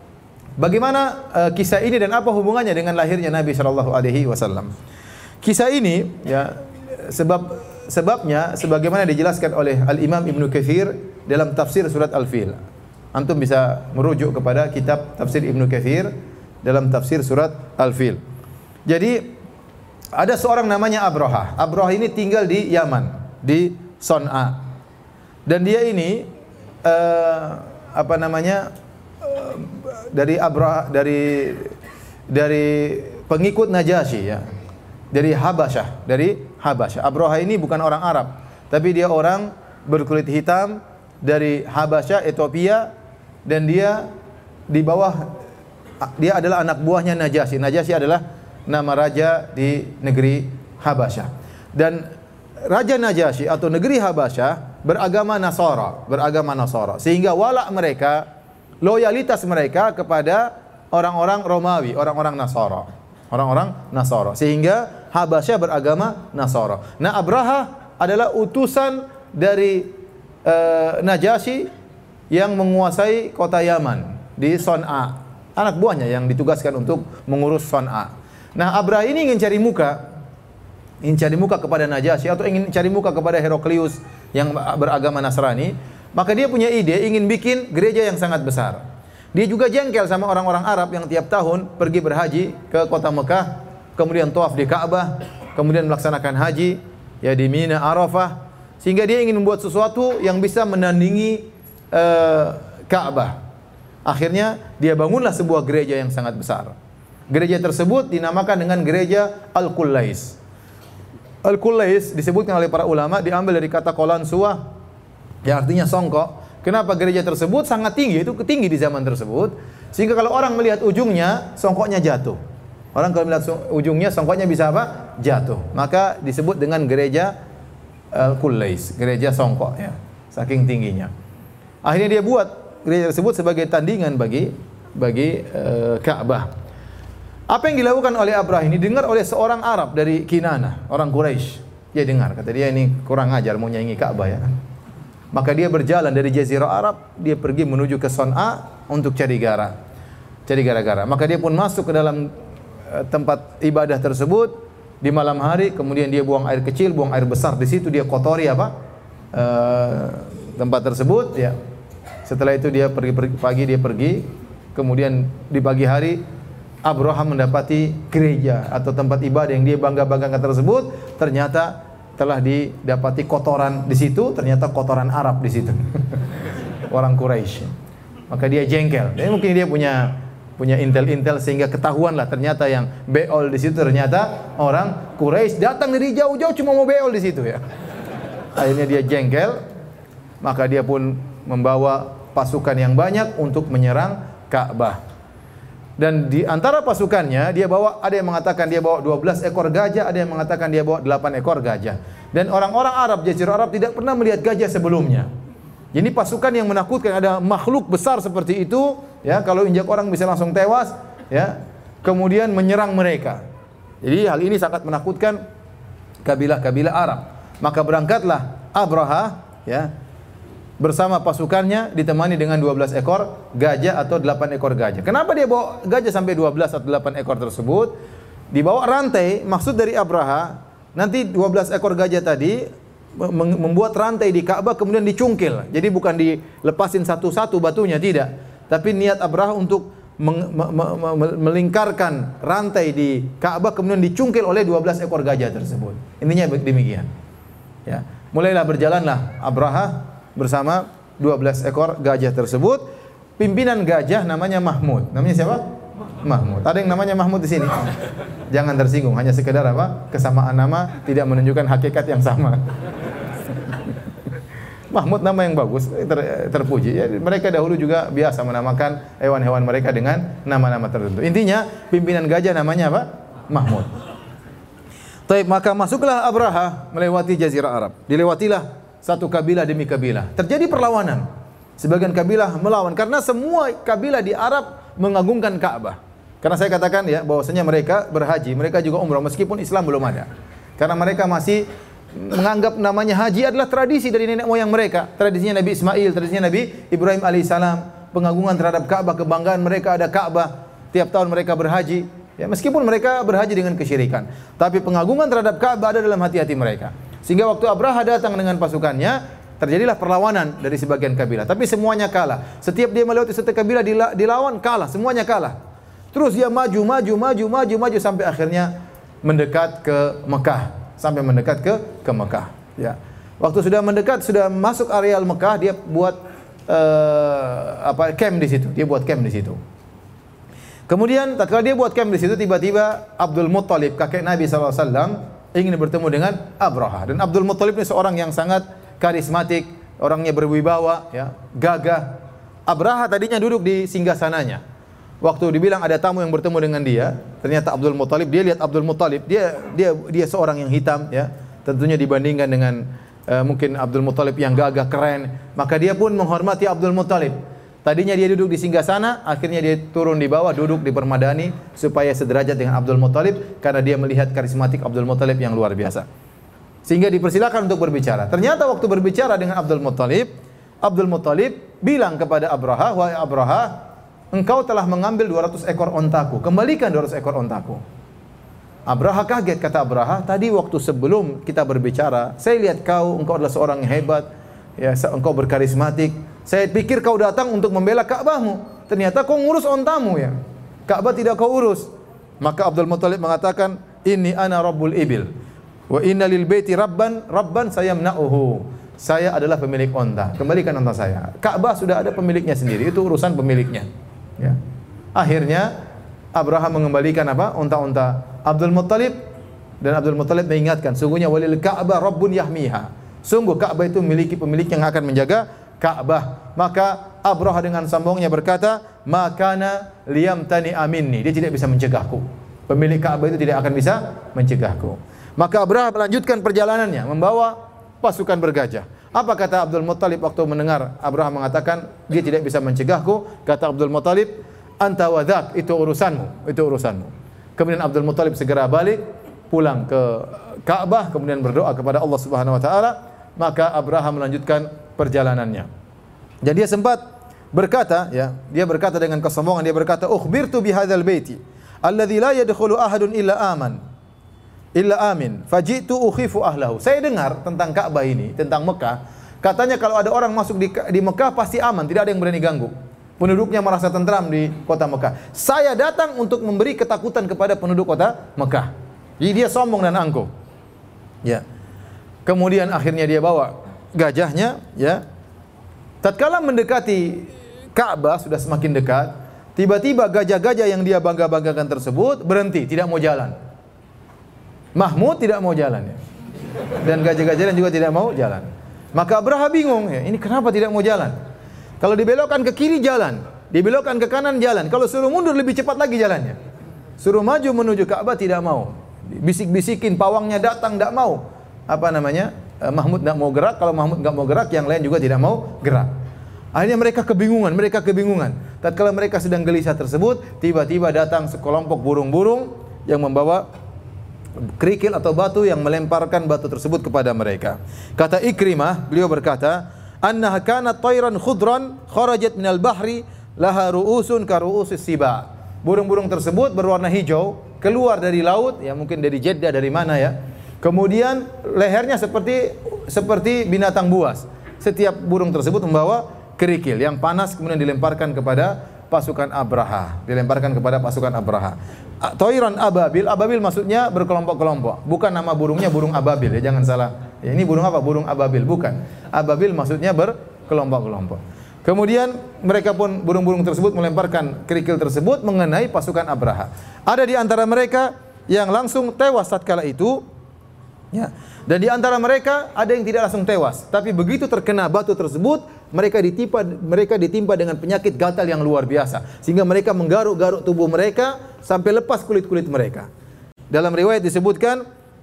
Bagaimana uh, kisah ini dan apa hubungannya dengan lahirnya Nabi sallallahu alaihi wasallam? Kisah ini, ya, sebab sebabnya sebagaimana dijelaskan oleh Al-Imam Ibnu Katsir dalam tafsir surat Al-Fil. Antum bisa merujuk kepada kitab tafsir Ibnu Katsir dalam tafsir surat Al-Fil. Jadi ada seorang namanya Abraha. Abraha ini tinggal di Yaman, di Son'a. Dan dia ini uh, apa namanya? Uh, dari Abraha dari dari pengikut Najasyi ya. Dari Habasyah, dari Habasyah. Abraha ini bukan orang Arab, tapi dia orang berkulit hitam dari Habasyah, Ethiopia, dan dia di bawah, dia adalah anak buahnya Najasyi. Najasyi adalah nama raja di negeri Habasyah. Dan Raja Najasyi atau negeri Habasyah beragama Nasara, beragama Nasara. Sehingga walak mereka, loyalitas mereka kepada orang-orang Romawi, orang-orang Nasara. Orang-orang Nasara. Sehingga Habasyah beragama Nasara. Nah, Abraha adalah utusan dari uh, Najasyi yang menguasai kota Yaman di Son'a. Anak buahnya yang ditugaskan untuk mengurus Son'a. Nah, Abraha ini ingin cari muka, ingin cari muka kepada Najasyi atau ingin cari muka kepada Heraklius yang beragama Nasrani, maka dia punya ide ingin bikin gereja yang sangat besar. Dia juga jengkel sama orang-orang Arab yang tiap tahun pergi berhaji ke kota Mekah, kemudian tawaf di Ka'bah, kemudian melaksanakan haji ya di Mina, Arafah, sehingga dia ingin membuat sesuatu yang bisa menandingi uh, Ka'bah. Akhirnya dia bangunlah sebuah gereja yang sangat besar. Gereja tersebut dinamakan dengan gereja Al-Qullais. Al-Qullais disebutkan oleh para ulama diambil dari kata Qalansuah yang artinya songkok. Kenapa gereja tersebut sangat tinggi? Itu tinggi di zaman tersebut sehingga kalau orang melihat ujungnya songkoknya jatuh. Orang kalau melihat ujungnya songkoknya bisa apa? Jatuh. Maka disebut dengan gereja Al-Qullais, gereja songkok ya. Saking tingginya. Akhirnya dia buat gereja tersebut sebagai tandingan bagi bagi uh, Ka'bah. Apa yang dilakukan oleh Abraha ini dengar oleh seorang Arab dari Kinanah, orang Quraisy. Dia dengar, kata dia ini kurang ajar mau nyanyi Ka'bah ya. Maka dia berjalan dari Jazirah Arab, dia pergi menuju ke Son'a untuk cari gara. Cari gara-gara. Maka dia pun masuk ke dalam uh, tempat ibadah tersebut di malam hari, kemudian dia buang air kecil, buang air besar di situ, dia kotori apa? Uh, tempat tersebut ya. Setelah itu dia pergi, pergi pagi dia pergi, kemudian di pagi hari Abraha mendapati gereja atau tempat ibadah yang dia bangga-banggakan tersebut ternyata telah didapati kotoran di situ, ternyata kotoran Arab di situ. Orang Quraisy. Maka dia jengkel. Dan mungkin dia punya punya intel-intel sehingga ketahuanlah ternyata yang beol di situ ternyata orang Quraisy datang dari jauh-jauh cuma mau beol di situ ya. Akhirnya dia jengkel, maka dia pun membawa pasukan yang banyak untuk menyerang Ka'bah. Dan di antara pasukannya dia bawa, ada yang mengatakan dia bawa dua belas ekor gajah, ada yang mengatakan dia bawa delapan ekor gajah. Dan orang-orang Arab, Jazirah Arab tidak pernah melihat gajah sebelumnya. Jadi pasukan yang menakutkan, ada makhluk besar seperti itu, ya, kalau injak orang bisa langsung tewas, ya. Kemudian menyerang mereka. Jadi hal ini sangat menakutkan kabilah-kabilah Arab. Maka berangkatlah Abraha, ya, bersama pasukannya ditemani dengan dua belas ekor gajah atau delapan ekor gajah. Kenapa dia bawa gajah sampai dua belas atau delapan ekor tersebut? Dibawa rantai, maksud dari Abraha, nanti dua belas ekor gajah tadi membuat rantai di Ka'bah kemudian dicungkil. Jadi bukan dilepasin satu-satu batunya, tidak. Tapi niat Abraha untuk meng, me, me, me, melingkarkan rantai di Ka'bah kemudian dicungkil oleh dua belas ekor gajah tersebut. Intinya demikian. Ya. Mulailah berjalanlah Abraha bersama dua belas ekor gajah tersebut. Pimpinan gajah namanya Mahmud. Namanya siapa? Mahmud. Ada yang namanya Mahmud di sini? Jangan tersinggung, hanya sekedar apa? Kesamaan nama tidak menunjukkan hakikat yang sama. Mahmud nama yang bagus, ter, terpuji. Ya, mereka dahulu juga biasa menamakan hewan-hewan mereka dengan nama-nama tertentu. Intinya pimpinan gajah namanya apa? Mahmud. Taib, maka masuklah Abraha melewati Jazirah Arab. Dilewatilah satu kabilah demi kabilah. Terjadi perlawanan. Sebagian kabilah melawan karena semua kabilah di Arab mengagungkan Ka'bah. Karena saya katakan ya bahwasanya mereka berhaji, mereka juga umrah meskipun Islam belum ada. Karena mereka masih menganggap namanya haji adalah tradisi dari nenek moyang mereka. Tradisinya Nabi Ismail, tradisinya Nabi Ibrahim alaihissalam, pengagungan terhadap Ka'bah, kebanggaan mereka ada Ka'bah. Tiap tahun mereka berhaji. Ya, meskipun mereka berhaji dengan kesyirikan, tapi pengagungan terhadap Ka'bah ada dalam hati-hati mereka. Sehingga waktu Abraha datang dengan pasukannya, terjadilah perlawanan dari sebagian kabilah. Tapi semuanya kalah. Setiap dia melewati satu kabilah dilawan, kalah. Semuanya kalah. Terus dia maju, maju, maju, maju, maju sampai akhirnya mendekat ke Mekah, sampai mendekat ke ke Mekah. Ya. Waktu sudah mendekat, sudah masuk areal Mekah, dia buat uh, apa camp di situ. Dia buat camp di situ. Kemudian tatkala dia buat camp di situ, tiba-tiba Abdul Muttalib, kakek Nabi sallallahu alaihi wasallam, ingin bertemu dengan Abraha. Dan Abdul Muttalib ini seorang yang sangat karismatik, orangnya berwibawa, ya, gagah. Abraha tadinya duduk di singgasananya. Waktu dibilang ada tamu yang bertemu dengan dia, ternyata Abdul Muttalib, dia lihat Abdul Muttalib, dia dia dia seorang yang hitam, ya. Tentunya dibandingkan dengan uh, mungkin Abdul Muttalib yang gagah keren, maka dia pun menghormati Abdul Muttalib. Tadinya dia duduk di singgasana, akhirnya dia turun di bawah, duduk di permadani supaya sederajat dengan Abdul Muttalib karena dia melihat karismatik Abdul Muttalib yang luar biasa. Sehingga dipersilakan untuk berbicara. Ternyata waktu berbicara dengan Abdul Muttalib, Abdul Muttalib bilang kepada Abraha, "Wahai Abraha, engkau telah mengambil dua ratus ekor ontaku, kembalikan dua ratus ekor ontaku." Abraha kaget, kata Abraha, "Tadi waktu sebelum kita berbicara, saya lihat kau, engkau adalah seorang yang hebat, ya, engkau berkarismatik. Saya pikir kau datang untuk membela Ka'bahmu. Ternyata kau ngurus ontamu, ya. Ka'bah tidak kau urus." Maka Abdul Muttalib mengatakan, "Inni ana rabbul ibil, wa inna lil baiti rabban, rabban sayamna'uhu." Saya adalah pemilik onta, kembalikan onta saya. Ka'bah sudah ada pemiliknya sendiri, itu urusan pemiliknya. Ya. Akhirnya Abraha mengembalikan apa? Onta-onta Abdul Muttalib, dan Abdul Muttalib mengingatkan, sungguhnya walil Ka'bah rabbun yahmiha. Sungguh Ka'bah itu memiliki pemilik yang akan menjaga Ka'bah. Maka Abraha dengan sombongnya berkata, "Makana liyamtani aminni." Dia tidak bisa mencegahku. Pemilik Ka'bah itu tidak akan bisa mencegahku. Maka Abraha melanjutkan perjalanannya membawa pasukan bergajah. Apa kata Abdul Muttalib waktu mendengar Abraha mengatakan dia tidak bisa mencegahku? Kata Abdul Muttalib, "Anta wadak, itu urusanmu, itu urusanmu." Kemudian Abdul Muttalib segera balik pulang ke Ka'bah, kemudian berdoa kepada Allah Subhanahu wa taala. Maka Abraha melanjutkan perjalanannya. Dan dia sempat berkata, ya, dia berkata dengan kesombongan, dia berkata, "Ukhbirtu bihadzal baiti alladzi la yadkhulu ahadun illa aman. Illa amin. Fajitu ukhifu ahlahu." Saya dengar tentang Ka'bah ini, tentang Mekah, katanya kalau ada orang masuk di, di Mekah pasti aman, tidak ada yang berani ganggu. Penduduknya merasa tentram di kota Mekah. Saya datang untuk memberi ketakutan kepada penduduk kota Mekah. Jadi dia sombong dan angkuh. Ya. Kemudian akhirnya dia bawa gajahnya, ya. Tatkala mendekati Ka'bah sudah semakin dekat, tiba-tiba gajah-gajah yang dia bangga-banggakan tersebut berhenti, tidak mau jalan. Mahmud tidak mau jalan, ya. Dan gajah-gajah lain juga tidak mau jalan. Maka Abraha bingung, ya, ini kenapa tidak mau jalan? Kalau dibelokkan ke kiri jalan, dibelokkan ke kanan jalan. Kalau suruh mundur lebih cepat lagi jalannya. Suruh maju menuju Ka'bah tidak mau. Bisik-bisikin pawangnya datang tidak mau. Apa namanya? Mahmud tidak mau gerak. Kalau Mahmud nggak mau gerak, yang lain juga tidak mau gerak. Akhirnya mereka kebingungan, mereka kebingungan. Tatkala mereka sedang gelisah tersebut, tiba-tiba datang sekelompok burung-burung yang membawa kerikil atau batu yang melemparkan batu tersebut kepada mereka. Kata Ikrimah, beliau berkata, "Annaha kanat tayran khudran kharajat minal bahri laha ru'usun ka ru'usis siba." Burung-burung tersebut berwarna hijau, keluar dari laut, ya mungkin dari Jeddah, dari mana ya. Kemudian lehernya seperti seperti binatang buas. Setiap burung tersebut membawa kerikil yang panas, kemudian dilemparkan kepada pasukan Abraha, dilemparkan kepada pasukan Abraha. Toiran ababil, ababil maksudnya berkelompok-kelompok. Bukan nama burungnya burung ababil, ya jangan salah. Ya, ini burung apa? Burung ababil, bukan. Ababil maksudnya berkelompok-kelompok. Kemudian mereka pun burung-burung tersebut melemparkan kerikil tersebut mengenai pasukan Abraha. Ada di antara mereka yang langsung tewas tatkala itu. Ya. Dan di antara mereka ada yang tidak langsung tewas, tapi begitu terkena batu tersebut, mereka ditimpa mereka ditimpa dengan penyakit gatal yang luar biasa, sehingga mereka menggaruk-garuk tubuh mereka sampai lepas kulit-kulit mereka. Dalam riwayat disebutkan,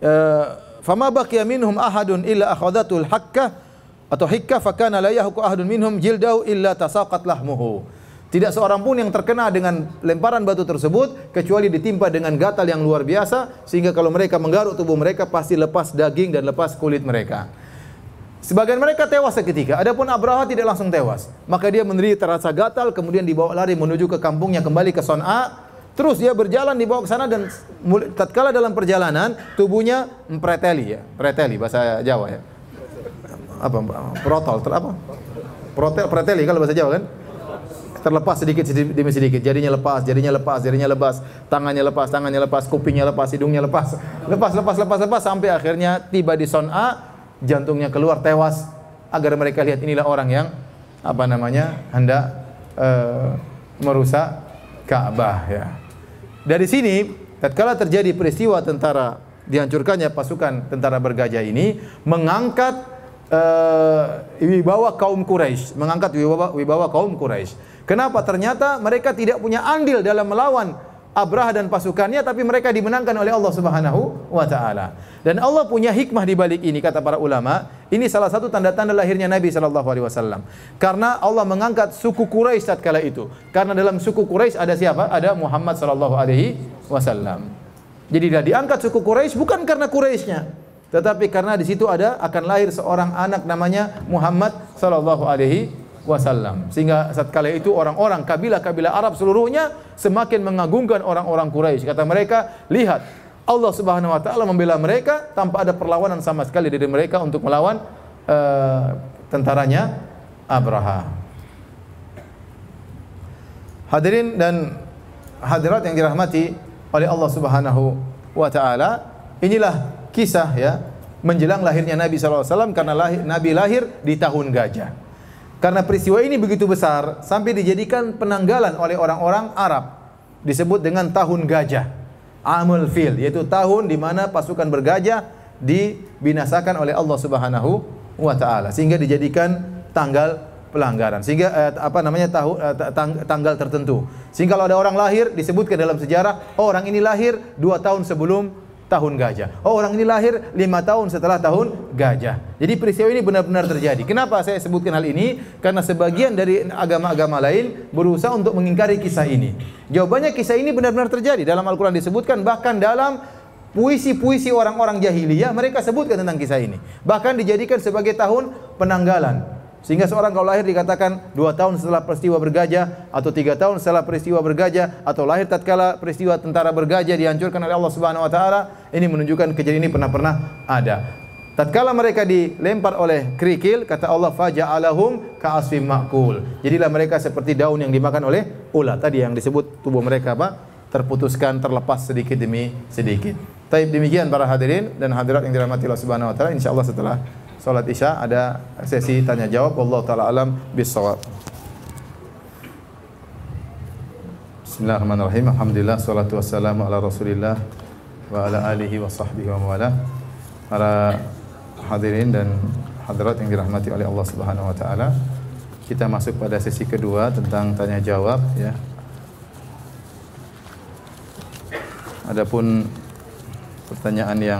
"Fama baqiya minhum ahadun illa akhadhatul hakkah atau hikkah fakana la yahqu ahadun minhum jildahu illa tasaqat lahmuhu." Tidak seorang pun yang terkena dengan lemparan batu tersebut kecuali ditimpa dengan gatal yang luar biasa, sehingga kalau mereka menggaruk tubuh mereka pasti lepas daging dan lepas kulit mereka. Sebagian mereka tewas seketika, adapun Abraha tidak langsung tewas. Maka dia menderita rasa gatal, kemudian dibawa lari menuju ke kampungnya, kembali ke Son'a. Terus dia berjalan dibawa ke sana, dan tatkala dalam perjalanan tubuhnya mempreteli, ya, preteli bahasa Jawa ya. Apa? Protol, ter apa? Protel, preteli kalau bahasa Jawa kan? terlepas sedikit demi sedikit. Jarinya lepas, jarinya lepas, jarinya lepas, tangannya lepas, tangannya lepas, kupingnya lepas, hidungnya lepas, lepas, lepas, lepas, lepas sampai akhirnya tiba di Son'a, jantungnya keluar tewas agar mereka lihat inilah orang yang apa namanya hendak uh, merusak Ka'bah ya. Dari sini tatkala terjadi peristiwa tentara dihancurkannya pasukan tentara bergajah ini mengangkat uh, wibawa kaum Quraisy, mengangkat wibawa, wibawa kaum Quraisy. Kenapa? Ternyata mereka tidak punya andil dalam melawan Abraha dan pasukannya, tapi mereka dimenangkan oleh Allah Subhanahu wa taala. Dan Allah punya hikmah di balik ini, kata para ulama. Ini salah satu tanda-tanda lahirnya Nabi sallallahu alaihi wasallam. Karena Allah mengangkat suku Quraisy tatkala itu. Karena dalam suku Quraisy ada siapa? Ada Muhammad sallallahu alaihi wasallam. Jadi dia diangkat suku Quraisy bukan karena Quraisynya, tetapi karena di situ ada akan lahir seorang anak namanya Muhammad sallallahu alaihi wasallam. Sehingga saat kala itu orang-orang kabilah-kabilah Arab seluruhnya semakin mengagungkan orang-orang Quraisy. Kata mereka, lihat Allah Subhanahu wa taala membela mereka tanpa ada perlawanan sama sekali dari mereka untuk melawan uh, tentaranya Abraha. Hadirin dan hadirat yang dirahmati oleh Allah Subhanahu wa taala, inilah kisah ya menjelang lahirnya Nabi sallallahu alaihi wasallam, karena lahir, Nabi lahir di tahun gajah. Karena peristiwa ini begitu besar sampai dijadikan penanggalan oleh orang-orang Arab, disebut dengan tahun gajah, Amul Fil, yaitu tahun di mana pasukan bergajah dibinasakan oleh Allah Subhanahu wa taala, sehingga dijadikan tanggal pelanggaran, sehingga eh, apa namanya tahu eh, tang, tanggal tertentu. Sehingga kalau ada orang lahir disebutkan dalam sejarah, oh, orang ini lahir dua tahun sebelum tahun gajah. Oh, orang ini lahir lima tahun setelah tahun gajah. Jadi peristiwa ini benar-benar terjadi. Kenapa saya sebutkan hal ini? Karena sebagian dari agama-agama lain berusaha untuk mengingkari kisah ini. Jawabannya, kisah ini benar-benar terjadi. Dalam Al-Quran disebutkan, bahkan dalam puisi-puisi orang-orang jahiliyah mereka sebutkan tentang kisah ini. Bahkan dijadikan sebagai tahun penanggalan. Sehingga seorang kalau lahir dikatakan dua tahun setelah peristiwa bergajah, atau tiga tahun setelah peristiwa bergajah, atau lahir tatkala peristiwa tentara bergajah dihancurkan oleh Allah Subhanahu wa taala. Ini menunjukkan kejadian ini pernah-pernah ada. Tatkala mereka dilempar oleh kerikil, kata Allah, faja'alahum ka'asfim ma'kul. Jadilah mereka seperti daun yang dimakan oleh ulat. Tadi yang disebut tubuh mereka apa? Terputuskan, terlepas sedikit demi sedikit. Taib, demikian para hadirin dan hadirat yang dirahmati Allah Subhanahu wa taala. Insyaallah setelah salat Isya ada sesi tanya jawab. Wallahu taala alam bissawab. Bismillahirrahmanirrahim. Alhamdulillah, salatu wassalamu ala Rasulillah wa ala alihi wa sahbihi wa wala. Para hadirin dan hadirat yang dirahmati oleh Allah Subhanahu wa taala, kita masuk pada sesi kedua tentang tanya jawab ya. Adapun pertanyaan yang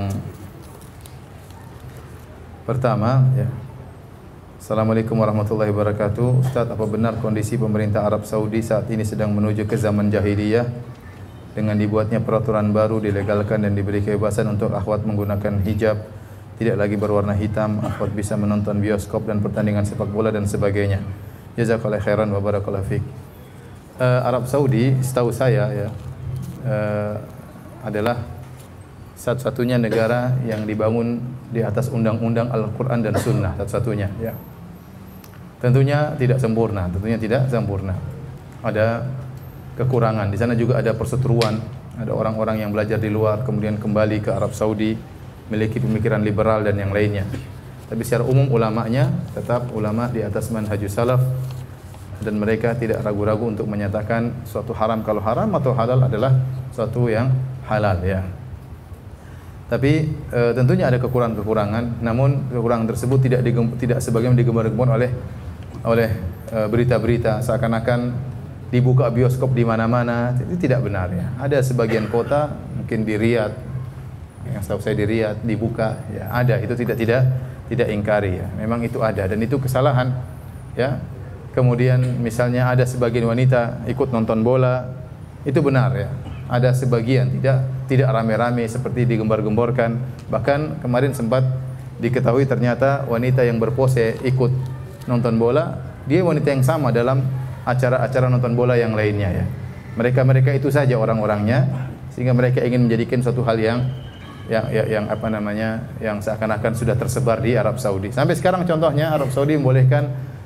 pertama ya. Assalamualaikum warahmatullahi wabarakatuh. Ustaz, apa benar kondisi pemerintah Arab Saudi saat ini sedang menuju ke zaman jahiliyah dengan dibuatnya peraturan baru, dilegalkan dan diberi kebebasan untuk akhwat menggunakan hijab, tidak lagi berwarna hitam, akhwat bisa menonton bioskop dan pertandingan sepak bola dan sebagainya. Jazakallahu khairan wa barakallahu fik. Uh, Arab Saudi setahu saya ya uh, adalah satu-satunya negara yang dibangun di atas undang-undang Al-Quran dan Sunnah, satu-satunya ya. Tentunya tidak sempurna, tentunya tidak sempurna. Ada kekurangan. Di sana juga ada perseteruan, ada orang-orang yang belajar di luar kemudian kembali ke Arab Saudi, memiliki pemikiran liberal dan yang lainnya. Tapi secara umum ulamanya tetap ulama di atas manhajus salaf, dan mereka tidak ragu-ragu untuk menyatakan suatu haram kalau haram atau halal adalah suatu yang halal ya. Tapi e, tentunya ada kekurangan-kekurangan, namun kekurangan tersebut tidak digem, tidak sebagaimana digembar-gemborkan oleh oleh e, berita-berita seakan-akan dibuka bioskop di mana-mana. Itu tidak benar ya. Ada sebagian kota, mungkin di Riyadh, yang setahu saya di Riyadh dibuka ya, ada. Itu tidak tidak tidak ingkari ya. Memang itu ada dan itu kesalahan ya. Kemudian misalnya ada sebagian wanita ikut nonton bola, itu benar ya. Ada sebagian tidak tidak rame-rame seperti digembar-gemborkan. Bahkan kemarin sempat diketahui ternyata wanita yang berpose ikut nonton bola, dia wanita yang sama dalam acara-acara nonton bola yang lainnya ya. Mereka-mereka itu saja orang-orangnya, sehingga mereka ingin menjadikan suatu hal yang yang yang, yang apa namanya yang seakan-akan sudah tersebar di Arab Saudi. Sampai sekarang contohnya Arab Saudi membolehkan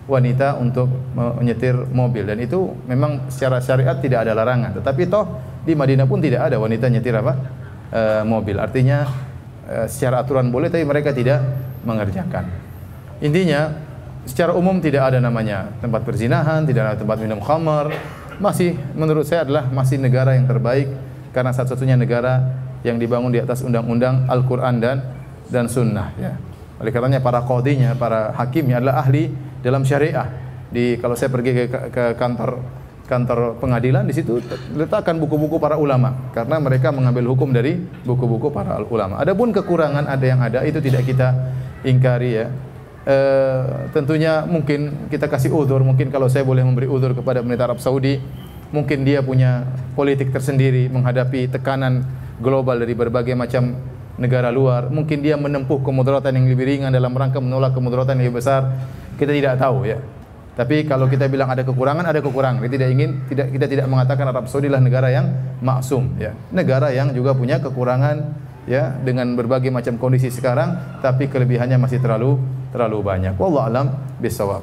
wanita untuk menyetir mobil, dan itu memang secara syariat tidak ada larangan. Tetapi toh di Madinah pun tidak ada wanita nyetir apa e, mobil. Artinya e, secara aturan boleh, tapi mereka tidak mengerjakan. Intinya secara umum tidak ada namanya tempat perzinahan, tidak ada tempat minum khamar. Masih menurut saya adalah masih negara yang terbaik, karena satu-satunya negara yang dibangun di atas undang-undang Al-Qur'an dan dan sunnah, ya. Oleh karenanya para qadhinya, para hakimnya adalah ahli dalam syariah. Di kalau saya pergi ke, ke kantor kantor pengadilan, di situ letakkan buku-buku para ulama, karena mereka mengambil hukum dari buku-buku para ulama. Adapun kekurangan ada yang ada, itu tidak kita ingkari, ya. E, tentunya mungkin kita kasih uzur. Mungkin kalau saya boleh memberi uzur kepada pemerintah Arab Saudi, mungkin dia punya politik tersendiri menghadapi tekanan global dari berbagai macam negara luar. Mungkin dia menempuh kemudaratan yang lebih ringan dalam rangka menolak kemudaratan yang lebih besar. Kita tidak tahu, ya. Tapi kalau kita bilang ada kekurangan, ada kekurangan. Kita tidak ingin tidak kita tidak mengatakan Arab Saudi adalah negara yang maksum, ya. Negara yang juga punya kekurangan, ya, dengan berbagai macam kondisi sekarang, tapi kelebihannya masih terlalu terlalu banyak. Wallahu alam bisawab.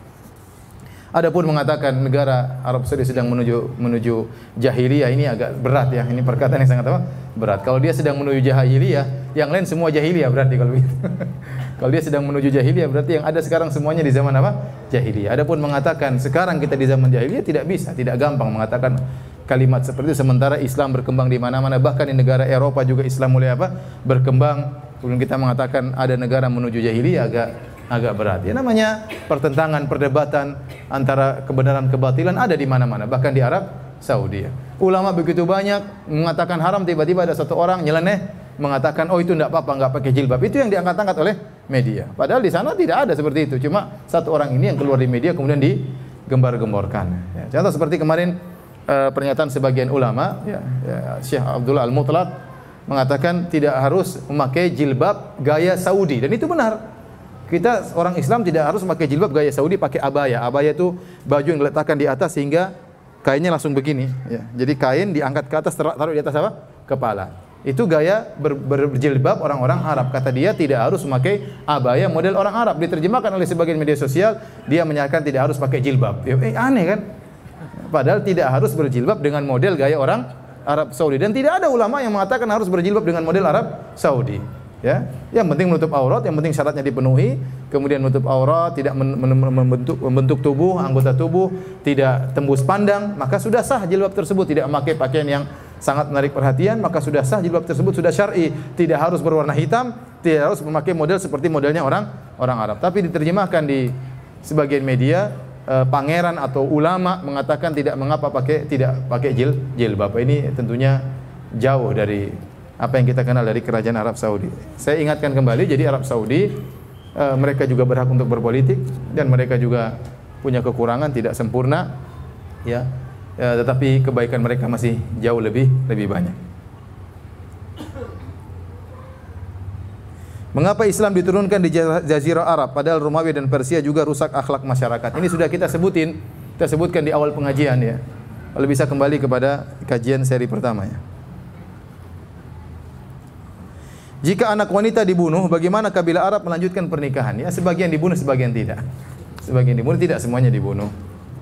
Adapun mengatakan negara Arab Saudi sedang menuju menuju jahiliyah, ini agak berat, ya. Ini perkataan yang sangat apa? Berat. Kalau dia sedang menuju jahiliyah, yang lain semua jahiliyah berarti kalau begitu. Kalau dia sedang menuju jahiliyah, berarti yang ada sekarang semuanya di zaman apa? Jahiliyah. Adapun mengatakan sekarang kita di zaman jahiliyah, tidak bisa, tidak gampang mengatakan kalimat seperti itu, sementara Islam berkembang di mana-mana, bahkan di negara Eropa juga Islam mulai apa? Berkembang. Kemudian kita mengatakan ada negara menuju jahiliyah, agak agak berat. Ya, namanya pertentangan, perdebatan antara kebenaran kebatilan ada di mana-mana, bahkan di Arab Saudi, ya. Ulama begitu banyak mengatakan haram, tiba-tiba ada satu orang nyeleneh mengatakan oh itu enggak apa-apa, enggak pakai jilbab. Itu yang diangkat-angkat oleh media. Padahal di sana tidak ada seperti itu. Cuma satu orang ini yang keluar di media kemudian digembar-gemborkan. Ya, contoh seperti kemarin uh, pernyataan sebagian ulama, ya, ya, Syekh Abdullah Al-Mutlaq mengatakan tidak harus memakai jilbab gaya Saudi, dan itu benar. Kita orang Islam tidak harus memakai jilbab gaya Saudi, pakai abaya. Abaya itu baju yang diletakkan di atas sehingga kainnya langsung begini, ya. Jadi kain diangkat ke atas, taruh di atas apa? Kepala. Itu gaya ber, berjilbab orang-orang Arab. Kata dia tidak harus memakai abaya model orang Arab. Diterjemahkan oleh sebagian media sosial, dia menyatakan tidak harus pakai jilbab. Ya, eh, aneh kan? Padahal tidak harus berjilbab dengan model gaya orang Arab Saudi, dan tidak ada ulama yang mengatakan harus berjilbab dengan model Arab Saudi. Ya, yang penting menutup aurat, yang penting syaratnya dipenuhi, kemudian menutup aurat, tidak membentuk, membentuk tubuh, anggota tubuh, tidak tembus pandang, maka sudah sah jilbab tersebut. Tidak memakai pakaian yang sangat menarik perhatian, maka sudah sah jilbab tersebut, sudah syar'i. Tidak harus berwarna hitam, tidak harus memakai model seperti modelnya orang orang Arab. Tapi diterjemahkan di sebagian media, eh, pangeran atau ulama mengatakan tidak mengapa pakai tidak pakai jil jilbab. Ini tentunya jauh dari apa yang kita kenal dari kerajaan Arab Saudi. Saya ingatkan kembali, jadi Arab Saudi e, mereka juga berhak untuk berpolitik, dan mereka juga punya kekurangan, tidak sempurna, ya. E, tetapi kebaikan mereka masih jauh lebih lebih banyak. Mengapa Islam diturunkan di Jazirah Arab, padahal Romawi dan Persia juga rusak akhlak masyarakat? Ini sudah kita sebutin, kita sebutkan di awal pengajian, ya. Kalau bisa kembali kepada kajian seri pertama, ya. Jika anak wanita dibunuh, bagaimana kabilah Arab melanjutkan pernikahan? Ya, sebagian dibunuh, sebagian tidak. Sebagian dibunuh, tidak semuanya dibunuh.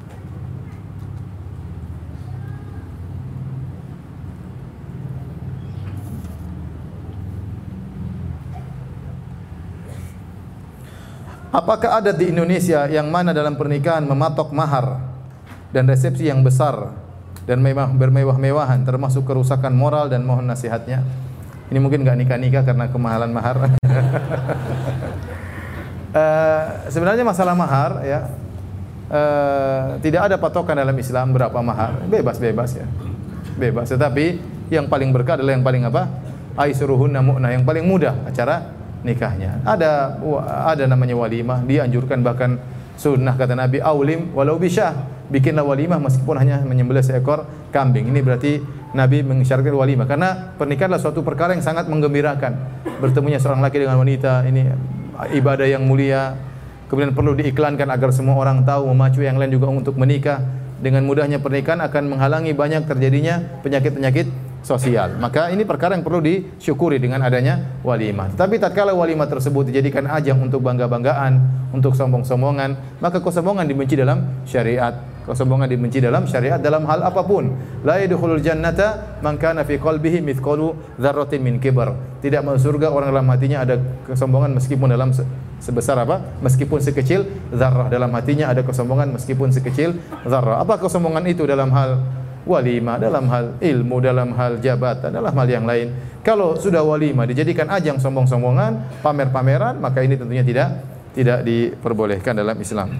Apakah adat di Indonesia yang mana dalam pernikahan mematok mahar dan resepsi yang besar dan mewah, bermewah-mewahan termasuk kerusakan moral, dan mohon nasihatnya? Ini mungkin nggak nikah-nikah karena kemahalan mahar. uh, sebenarnya masalah mahar, ya, uh, tidak ada patokan dalam Islam berapa mahar, bebas-bebas, ya, bebas. Tetapi yang paling berkah adalah yang paling apa? Aisruhunna mu'nah, yang paling mudah acara nikahnya. Ada ada namanya walimah, dianjurkan, bahkan sunnah kata Nabi, aulim walau bisyah, bikinlah walimah meskipun hanya menyembelih seekor kambing. Ini berarti Nabi mengisyaratkan walimah, karena pernikahan adalah suatu perkara yang sangat menggembirakan. Bertemunya seorang laki dengan wanita, ini ibadah yang mulia. Kemudian perlu diiklankan agar semua orang tahu, memacu yang lain juga untuk menikah. Dengan mudahnya pernikahan akan menghalangi banyak terjadinya penyakit-penyakit sosial. Maka ini perkara yang perlu disyukuri dengan adanya walimah. Tapi tatkala walimah tersebut dijadikan ajang untuk bangga-banggaan, untuk sombong-sombongan, maka kesombongan dibenci dalam syariat. Kesombongan dibenci dalam syariat dalam hal apapun. La yadkhulul jannata man kana fi qalbihi mithqalu dzarratin min kibar. Tidak masuk surga orang dalam hatinya ada kesombongan meskipun dalam sebesar apa? Meskipun sekecil zarrah, dalam hatinya ada kesombongan meskipun sekecil zarrah. Apa kesombongan itu dalam hal walimah, dalam hal ilmu, dalam hal jabatan, dalam hal yang lain. Kalau sudah walimah dijadikan ajang sombong-sombongan, pamer-pameran, maka ini tentunya tidak tidak diperbolehkan dalam Islam.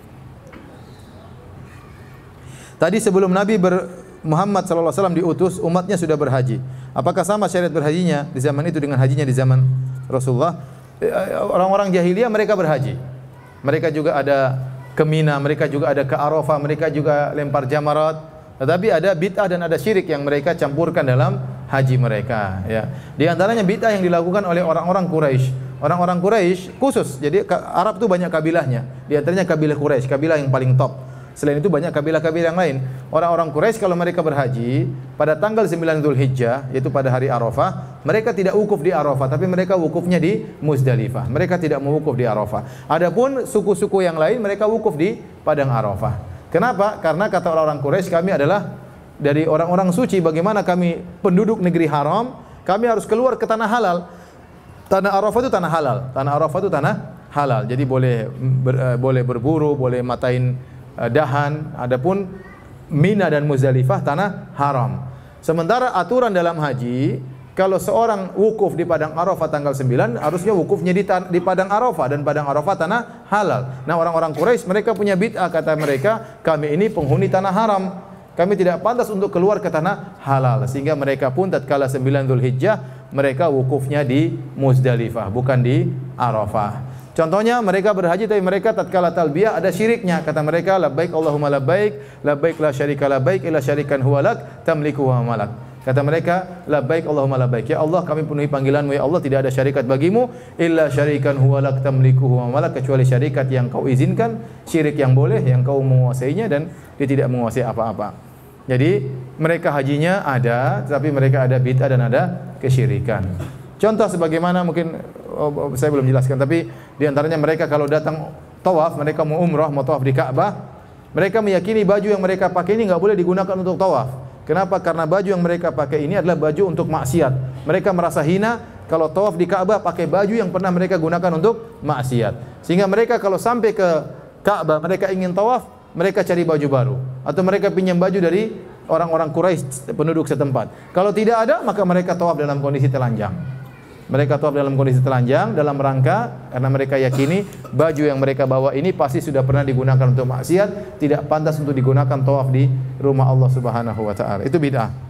Tadi sebelum Nabi ber, Muhammad sallallahu alaihi wasallam diutus, umatnya sudah berhaji. Apakah sama syariat berhajinya di zaman itu dengan hajinya di zaman Rasulullah? Orang-orang jahiliyah mereka berhaji. Mereka juga ada ke Mina, mereka juga ada ke Arafah, mereka juga lempar jamarat. Tetapi ada bid'ah dan ada syirik yang mereka campurkan dalam haji mereka, ya. Di antaranya bid'ah yang dilakukan oleh orang-orang Quraisy. Orang-orang Quraisy khusus. Jadi Arab itu banyak kabilahnya. Di antaranya kabilah Quraisy, kabilah yang paling top. Selain itu banyak kabilah-kabilah yang lain. Orang-orang Quraisy kalau mereka berhaji pada tanggal sembilan Dzulhijjah, yaitu pada hari Arafah, mereka tidak wukuf di Arafah, tapi mereka wukufnya di Muzdalifah. Mereka tidak mewukuf di Arafah. Adapun suku-suku yang lain mereka wukuf di padang Arafah. Kenapa? Karena kata orang-orang Quraisy, kami adalah dari orang-orang suci. Bagaimana kami penduduk negeri haram, kami harus keluar ke tanah halal. Tanah Arafah itu tanah halal. Tanah Arafah itu tanah halal. Jadi boleh ber, uh, boleh berburu, boleh matain uh, dahan. Adapun Mina dan Muzdalifah tanah haram. Sementara aturan dalam haji, kalau seorang wukuf di padang Arafah tanggal sembilan, harusnya wukufnya di, di padang Arafah, dan padang Arafah tanah halal. Nah, orang-orang Quraisy mereka punya bid'ah, kata mereka, kami ini penghuni tanah haram. Kami tidak pantas untuk keluar ke tanah halal. Sehingga mereka pun tatkala sembilan Dzulhijjah, mereka wukufnya di Muzdalifah, bukan di Arafah. Contohnya mereka berhaji tapi mereka tatkala talbiyah ada syiriknya. Kata mereka, labbaik Allahumma labbaik, labbaik la syarika labbaik illa syarikan huwalak tamliku wa malak. Kata mereka, labbaik Allahumma labbaik, ya Allah kami penuhi panggilanmu, ya Allah tidak ada syarikat bagimu illa syarikan huwalak tamliku wa malak, kecuali syarikat yang kau izinkan, syirik yang boleh, yang kau menguasainya dan dia tidak menguasai apa-apa. Jadi mereka hajinya ada, tapi mereka ada bid'ah dan ada kesyirikan. Contoh sebagaimana mungkin oh, saya belum jelaskan, tapi diantaranya mereka kalau datang tawaf, mereka mau umrah, mau tawaf di Ka'bah, mereka meyakini baju yang mereka pakai ini nggak boleh digunakan untuk tawaf. Kenapa? Karena baju yang mereka pakai ini adalah baju untuk maksiat. Mereka merasa hina kalau tawaf di Ka'bah pakai baju yang pernah mereka gunakan untuk maksiat. Sehingga mereka kalau sampai ke Ka'bah, mereka ingin tawaf, mereka cari baju baru, atau mereka pinjam baju dari orang-orang Quraisy penduduk setempat. Kalau tidak ada, maka mereka tawaf dalam kondisi telanjang. Mereka tawaf dalam kondisi telanjang dalam rangka karena mereka yakini baju yang mereka bawa ini pasti sudah pernah digunakan untuk maksiat, tidak pantas untuk digunakan tawaf di rumah Allah Subhanahu wa taala. Itu bid'ah.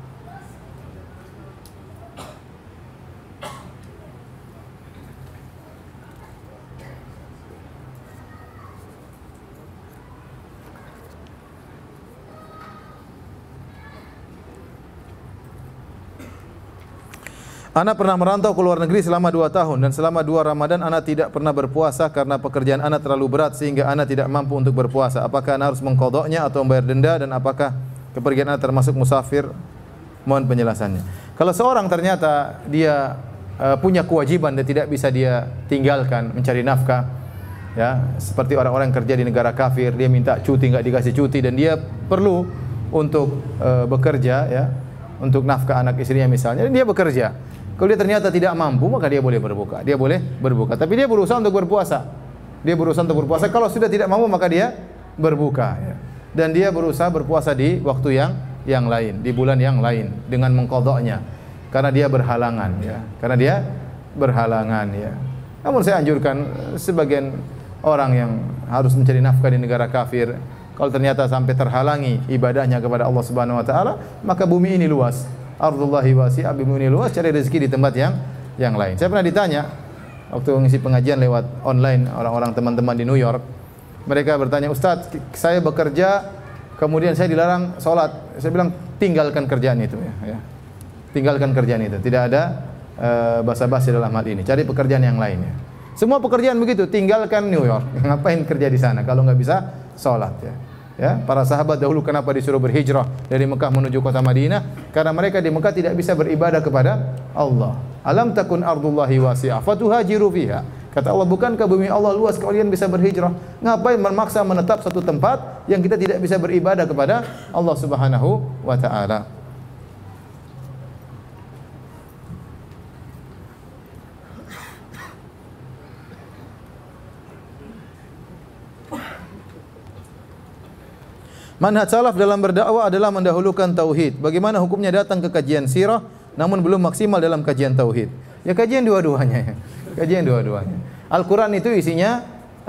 Ana pernah merantau ke luar negeri selama dua tahun dan selama dua Ramadan ana tidak pernah berpuasa karena pekerjaan ana terlalu berat sehingga ana tidak mampu untuk berpuasa. Apakah ana harus mengqadhanya atau membayar denda, dan apakah kepergian ana termasuk musafir? Mohon penjelasannya. Kalau seorang ternyata dia uh, punya kewajiban dan tidak bisa dia tinggalkan mencari nafkah, ya, seperti orang-orang yang kerja di negara kafir, dia minta cuti enggak dikasih cuti dan dia perlu untuk uh, bekerja, ya, untuk nafkah anak istrinya misalnya, dan dia bekerja. Kalau dia ternyata tidak mampu, maka dia boleh berbuka. Dia boleh berbuka. Tapi dia berusaha untuk berpuasa. Dia berusaha untuk berpuasa. Kalau sudah tidak mampu, maka dia berbuka. Ya. Dan dia berusaha berpuasa di waktu yang yang lain, di bulan yang lain, dengan mengqadhanya. Karena dia berhalangan. Ya. Karena dia berhalangan. Ya. Namun saya anjurkan sebagian orang yang harus mencari nafkah di negara kafir, kalau ternyata sampai terhalangi ibadahnya kepada Allah Subhanahu Wa Taala, maka bumi ini luas. Ardullahi wasi'ah, bumi ini luas, cari rezeki di tempat yang yang lain. Saya pernah ditanya waktu mengisi pengajian lewat online orang-orang teman-teman di New York. Mereka bertanya, "Ustaz, saya bekerja kemudian saya dilarang sholat." Saya bilang, tinggalkan kerjaan itu, ya. Tinggalkan kerjaan itu. Tidak ada uh, basa-basi dalam hal ini. Cari pekerjaan yang lainnya. Semua pekerjaan begitu. Tinggalkan New York. Ngapain kerja di sana kalau nggak bisa sholat, ya. Ya, para sahabat dahulu kenapa disuruh berhijrah dari Mekah menuju kota Madinah? Karena mereka di Mekah tidak bisa beribadah kepada Allah. Alam takun ardullahi wasi'ah fatuhajiru fiha. Kata Allah, bukankah bumi Allah luas kalian bisa berhijrah? Ngapain memaksa menetap satu tempat yang kita tidak bisa beribadah kepada Allah Subhanahu wa taala? Manhaj salaf dalam berdakwah adalah mendahulukan tauhid. Bagaimana hukumnya datang ke kajian sirah namun belum maksimal dalam kajian tauhid? Ya kajian dua-duanya. Kajian dua-duanya. Al-Qur'an itu isinya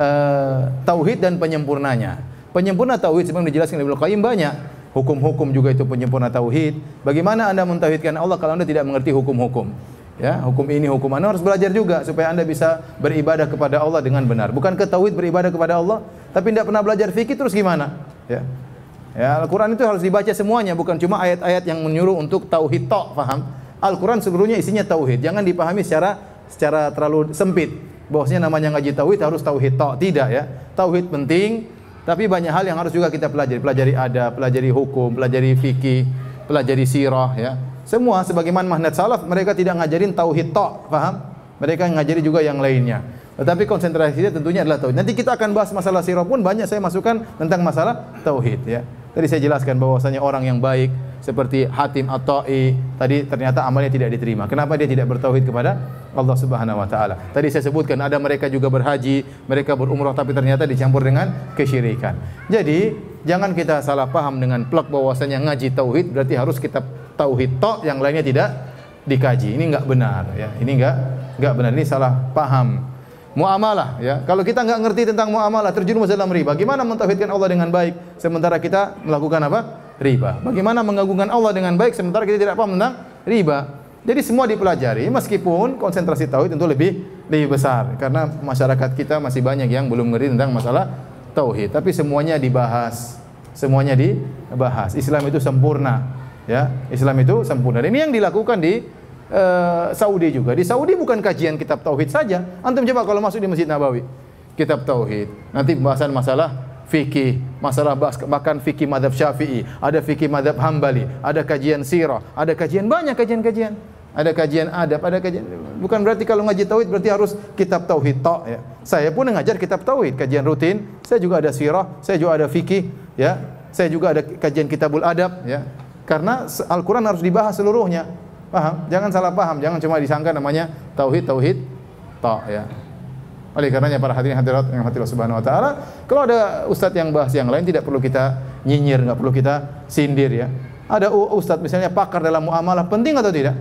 uh, tauhid dan penyempurnanya. Penyempurna tauhid sebagaimana dijelaskan oleh Ibnu Qayyim banyak. Hukum-hukum juga itu penyempurna tauhid. Bagaimana Anda mentauhidkan Allah kalau Anda tidak mengerti hukum-hukum? Ya, hukum ini, hukum Anda harus belajar juga supaya Anda bisa beribadah kepada Allah dengan benar. Bukan ke tauhid beribadah kepada Allah, tapi tidak pernah belajar fikih terus gimana? Ya. Ya, Al-Quran itu harus dibaca semuanya, bukan cuma ayat-ayat yang menyuruh untuk tauhid tok, paham? Al-Quran seluruhnya isinya tauhid. Jangan dipahami secara secara terlalu sempit. Bahwasanya namanya ngaji tauhid harus tauhid tok, tidak ya. Tauhid penting, tapi banyak hal yang harus juga kita pelajari. Pelajari adab, pelajari hukum, pelajari fikih, pelajari sirah ya. Semua sebagaimana manhaj salaf, mereka tidak ngajarin tauhid tok, paham? Mereka ngajari juga yang lainnya. Tetapi konsentrasinya tentunya adalah tauhid. Nanti kita akan bahas masalah sirah pun banyak saya masukkan tentang masalah tauhid ya. Tadi saya jelaskan bahwasanya orang yang baik seperti Hatim At-Ta'i tadi ternyata amalnya tidak diterima. Kenapa dia tidak bertauhid kepada Allah Subhanahu wa taala? Tadi saya sebutkan ada mereka juga berhaji, mereka berumrah tapi ternyata dicampur dengan kesyirikan. Jadi, jangan kita salah paham dengan plak bahwasanya ngaji tauhid berarti harus kita tauhid tok, yang lainnya tidak dikaji. Ini enggak benar ya. Ini enggak enggak benar. Ini salah paham. Muamalah ya. Kalau kita enggak ngerti tentang muamalah, terjerumus dalam riba. Bagaimana mentauhidkan Allah dengan baik sementara kita melakukan apa? Riba. Bagaimana mengagungkan Allah dengan baik sementara kita tidak paham tentang riba. Jadi semua dipelajari meskipun konsentrasi tauhid tentu lebih lebih besar karena masyarakat kita masih banyak yang belum ngerti tentang masalah tauhid. Tapi semuanya dibahas. Semuanya dibahas. Islam itu sempurna ya. Islam itu sempurna. Dan ini yang dilakukan di Uh, Saudi juga. Di Saudi bukan kajian kitab tauhid saja. Antum coba kalau masuk di Masjid Nabawi, kitab tauhid. Nanti pembahasan masalah fikih, masalah bahkan fikih mazhab Syafi'i, ada fikih mazhab Hambali, ada kajian sirah, ada kajian banyak kajian-kajian. Ada kajian adab, ada kajian. Bukan berarti kalau ngaji tauhid berarti harus kitab tauhid tok ya. Saya pun ngajar kitab tauhid, kajian rutin. Saya juga ada sirah, saya juga ada fikih ya. Saya juga ada kajian kitabul adab ya. Karena Al-Qur'an harus dibahas seluruhnya. Paham? Jangan salah paham, jangan cuma disangka namanya tauhid tauhid tok ya. Oleh karenanya para hadirin hadirat yang hati Allah Subhanahu wa taala, kalau ada ustaz yang bahas yang lain tidak perlu kita nyinyir, enggak perlu kita sindir ya. Ada ustaz misalnya pakar dalam muamalah, penting atau tidak?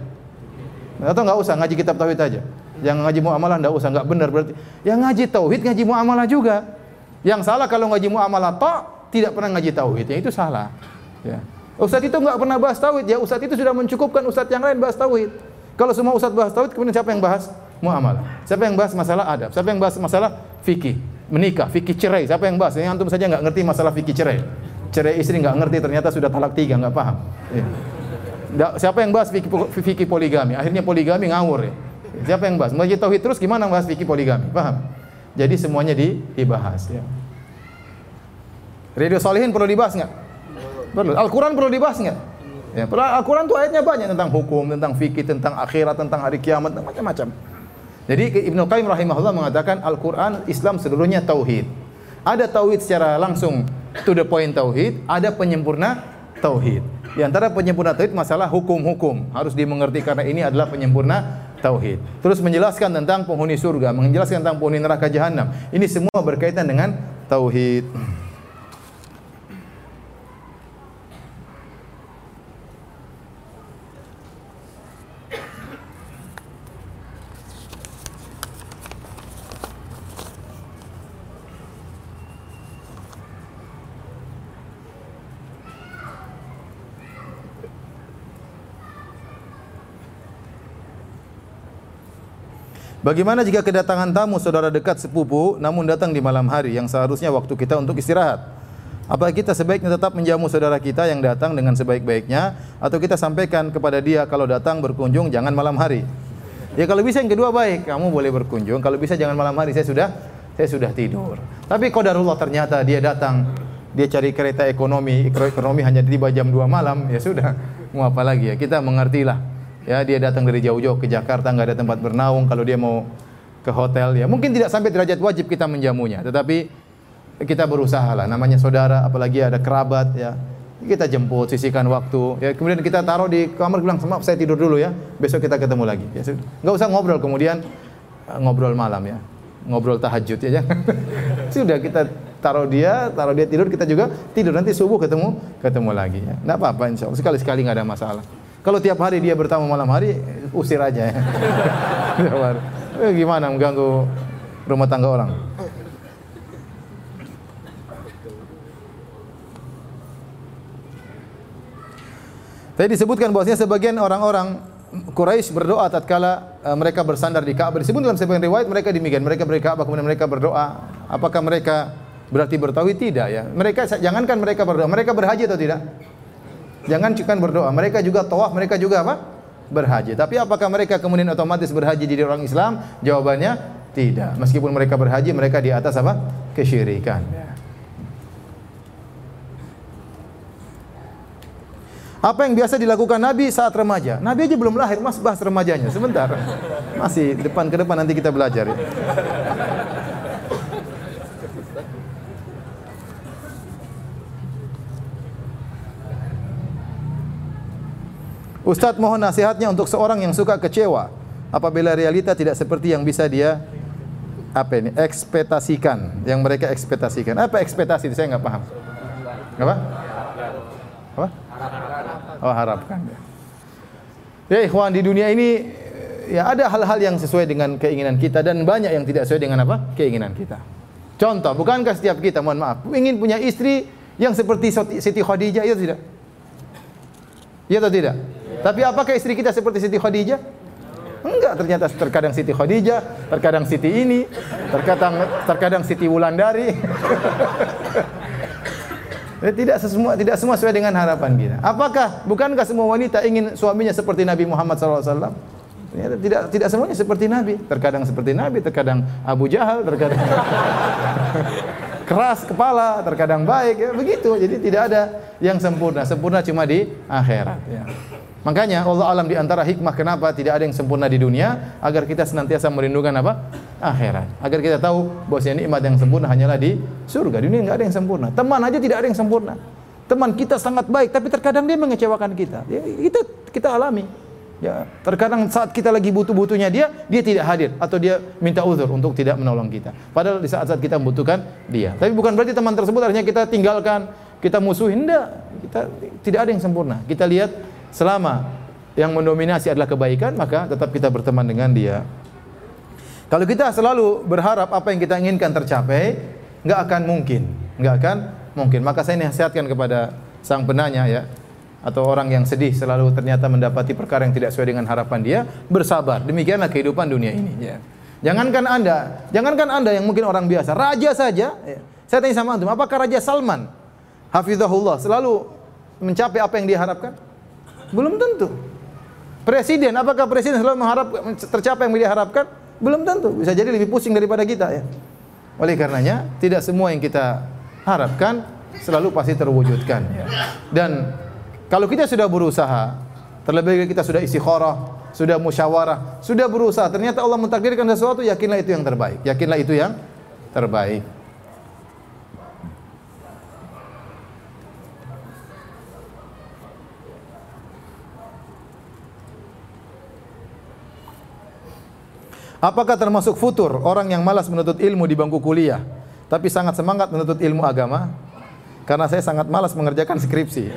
Atau enggak usah ngaji kitab tauhid aja. Yang ngaji muamalah enggak usah, enggak benar berarti. Yang ngaji tauhid ngaji muamalah juga. Yang salah kalau ngaji muamalah tok tidak pernah ngaji tauhid, ya itu salah. Ya. Ustaz itu enggak pernah bahas tauhid, ya ustaz itu sudah mencukupkan ustaz yang lain bahas tauhid. Kalau semua ustaz bahas tauhid, kemudian siapa yang bahas muamalah? Siapa yang bahas masalah adab? Siapa yang bahas masalah fikih, menikah, fikih cerai? Siapa yang bahas? Yang antum saja enggak ngerti masalah fikih cerai. Cerai istri enggak ngerti, ternyata sudah talak tiga, enggak paham. Ya. Siapa yang bahas fikih, fikih poligami? Akhirnya poligami ngawur ya. Siapa yang bahas? Ngaji tauhid terus gimana bahas fikih poligami? Paham? Jadi semuanya di, dibahas ya. Riyadhus Shalihin perlu dibahas enggak? Perlu. Al-Quran perlu dibahas enggak? Ya, Al-Quran itu ayatnya banyak tentang hukum, tentang fikih, tentang akhirat, tentang hari kiamat, tentang macam-macam. Jadi Ibnu Qayyim rahimahullah mengatakan Al-Quran Islam seluruhnya tauhid. Ada tauhid secara langsung to the point tauhid, ada penyempurna tauhid. Di antara penyempurna tauhid masalah hukum-hukum harus dimengerti karena ini adalah penyempurna tauhid. Terus menjelaskan tentang penghuni surga, menjelaskan tentang penghuni neraka jahanam. Ini semua berkaitan dengan tauhid. Bagaimana jika kedatangan tamu saudara dekat sepupu namun datang di malam hari yang seharusnya waktu kita untuk istirahat? Apakah kita sebaiknya tetap menjamu saudara kita yang datang dengan sebaik-baiknya atau kita sampaikan kepada dia kalau datang berkunjung jangan malam hari? Ya kalau bisa yang kedua baik, kamu boleh berkunjung, kalau bisa jangan malam hari, saya sudah saya sudah tidur. Tapi qadarullah ternyata dia datang dia cari kereta ekonomi, ekonomi hanya tiba jam dua malam, ya sudah, mau apa lagi ya? Kita mengertilah. Ya, dia datang dari jauh-jauh ke Jakarta, nggak ada tempat bernaung, kalau dia mau ke hotel, ya mungkin tidak sampai derajat wajib kita menjamunya, tetapi kita berusaha lah, namanya saudara, apalagi ada kerabat, ya kita jemput, sisihkan waktu, ya kemudian kita taruh di kamar, bilang maaf saya tidur dulu ya, besok kita ketemu lagi, ya nggak usah ngobrol kemudian ngobrol malam ya, ngobrol tahajud ya jangan. Sudah kita taruh dia, taruh dia tidur, kita juga tidur, nanti subuh ketemu ketemu lagi ya, nggak apa-apa insya Allah, sekali-sekali nggak ada masalah. Kalau tiap hari dia bertamu malam hari, usir aja ya. Eh, gimana mengganggu rumah tangga orang? Tadi disebutkan bahwasanya sebagian orang-orang Quraisy berdoa tatkala uh, mereka bersandar di Ka'bah. Disebut dalam sebagian riwayat mereka demikian, mereka berka'bah kemudian mereka berdoa. Apakah mereka berarti bertauhid? Tidak ya. Mereka jangankan mereka berdoa, mereka berhaji atau tidak? Jangan cuma berdoa, mereka juga tawaf, mereka juga apa? Berhaji. Tapi apakah mereka kemudian otomatis berhaji jadi orang Islam? Jawabannya tidak. Meskipun mereka berhaji, mereka di atas apa? Kesyirikan. Apa yang biasa dilakukan Nabi saat remaja? Nabi aja belum lahir, mas bahas remajanya. Sebentar. Masih depan ke depan nanti kita belajar ya. Ustadz mohon nasihatnya untuk seorang yang suka kecewa apabila realita tidak seperti yang bisa dia apa ini ekspektasikan, yang mereka ekspektasikan. Apa ekspektasi? Saya nggak paham. Apa? Apa? Oh, harapkan. Ya ikhwan, di dunia ini ya ada hal-hal yang sesuai dengan keinginan kita dan banyak yang tidak sesuai dengan apa? Keinginan kita. Contoh, bukankah setiap kita, mohon maaf, ingin punya istri yang seperti Siti Khadijah, iya atau tidak? Iya atau tidak? Tapi apakah istri kita seperti Siti Khadijah? Enggak, ternyata terkadang Siti Khadijah, terkadang Siti ini, terkadang terkadang Siti Wulandari. Tidak semua tidak semua sesuai dengan harapan kita. Apakah bukankah semua wanita ingin suaminya seperti Nabi Muhammad sallallahu alaihi wasallam? Ternyata tidak tidak semuanya seperti Nabi. Terkadang seperti Nabi, terkadang Abu Jahal, terkadang keras kepala, terkadang baik, ya begitu. Jadi tidak ada yang sempurna. Sempurna cuma di akhirat. Ya. Makanya Allah alam di antara hikmah kenapa tidak ada yang sempurna di dunia, agar kita senantiasa merindukan apa? Akhirat. Agar kita tahu bahwasanya nikmat yang sempurna hanyalah di surga. Di dunia enggak ada yang sempurna. Teman aja tidak ada yang sempurna. Teman kita sangat baik, tapi terkadang dia mengecewakan kita. Ya, itu kita alami. Ya, terkadang saat kita lagi butuh-butuhnya dia, dia tidak hadir atau dia minta uzur untuk tidak menolong kita. Padahal di saat-saat kita membutuhkan dia. Tapi bukan berarti teman tersebut akhirnya kita tinggalkan, kita musuhin, enggak. Kita tidak ada yang sempurna. Kita lihat selama yang mendominasi adalah kebaikan, maka tetap kita berteman dengan dia. Kalau kita selalu berharap apa yang kita inginkan tercapai, enggak akan mungkin, enggak akan mungkin. Maka saya nasihatkan kepada sang penanya ya, atau orang yang sedih selalu ternyata mendapati perkara yang tidak sesuai dengan harapan dia, bersabar. Demikianlah kehidupan dunia ini ya. Jangankan Anda, jangankan Anda yang mungkin orang biasa, raja saja ya. Saya tanya sama antum, apakah Raja Salman hafizahullah selalu mencapai apa yang dia harapkan? Belum tentu. Presiden, apakah presiden selalu mengharap tercapai yang dia harapkan? Belum tentu. Bisa jadi lebih pusing daripada kita ya. Oleh karenanya, tidak semua yang kita harapkan selalu pasti terwujudkan ya. Dan kalau kita sudah berusaha, terlebih kita sudah istikharah, sudah musyawarah, sudah berusaha, ternyata Allah mentakdirkan sesuatu, yakinlah itu yang terbaik. Yakinlah itu yang terbaik. Apakah termasuk futur orang yang malas menuntut ilmu di bangku kuliah, tapi sangat semangat menuntut ilmu agama? Karena saya sangat malas mengerjakan skripsi,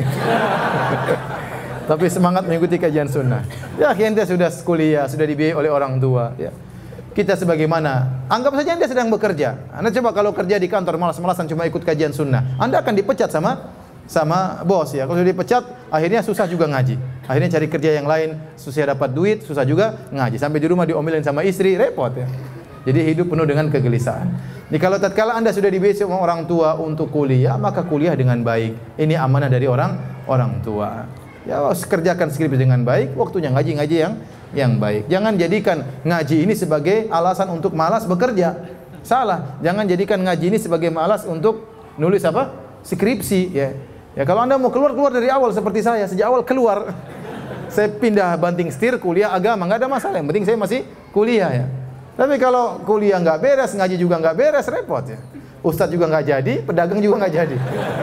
tapi semangat mengikuti kajian sunnah. Ya, ente sudah kuliah, sudah dibiayai oleh orang tua. Ya. Kita sebagaimana, anggap saja anda sedang bekerja. Anda coba kalau kerja di kantor malas-malasan cuma ikut kajian sunnah, anda akan dipecat sama sama bos ya. Kalau sudah dipecat, akhirnya susah juga ngaji. Akhirnya cari kerja yang lain, susah dapat duit, susah juga ngaji. Sampai di rumah diomelin sama istri, repot ya. Jadi hidup penuh dengan kegelisahan. Jadi kalau tatkala Anda sudah dibiayai sama orang tua untuk kuliah, maka kuliah dengan baik. Ini amanah dari orang orang tua. Ya, kerjakan skripsi dengan baik, waktunya ngaji-ngaji yang yang baik. Jangan jadikan ngaji ini sebagai alasan untuk malas bekerja. Salah. Jangan jadikan ngaji ini sebagai malas untuk nulis apa? skripsi ya. Ya kalau Anda mau keluar keluar dari awal seperti saya, sejak awal keluar. Saya pindah banting setir kuliah agama, enggak ada masalah. Yang penting saya masih kuliah ya. Tapi kalau kuliah enggak beres, ngaji juga enggak beres, repot ya. Ustadz juga enggak jadi, pedagang juga enggak jadi.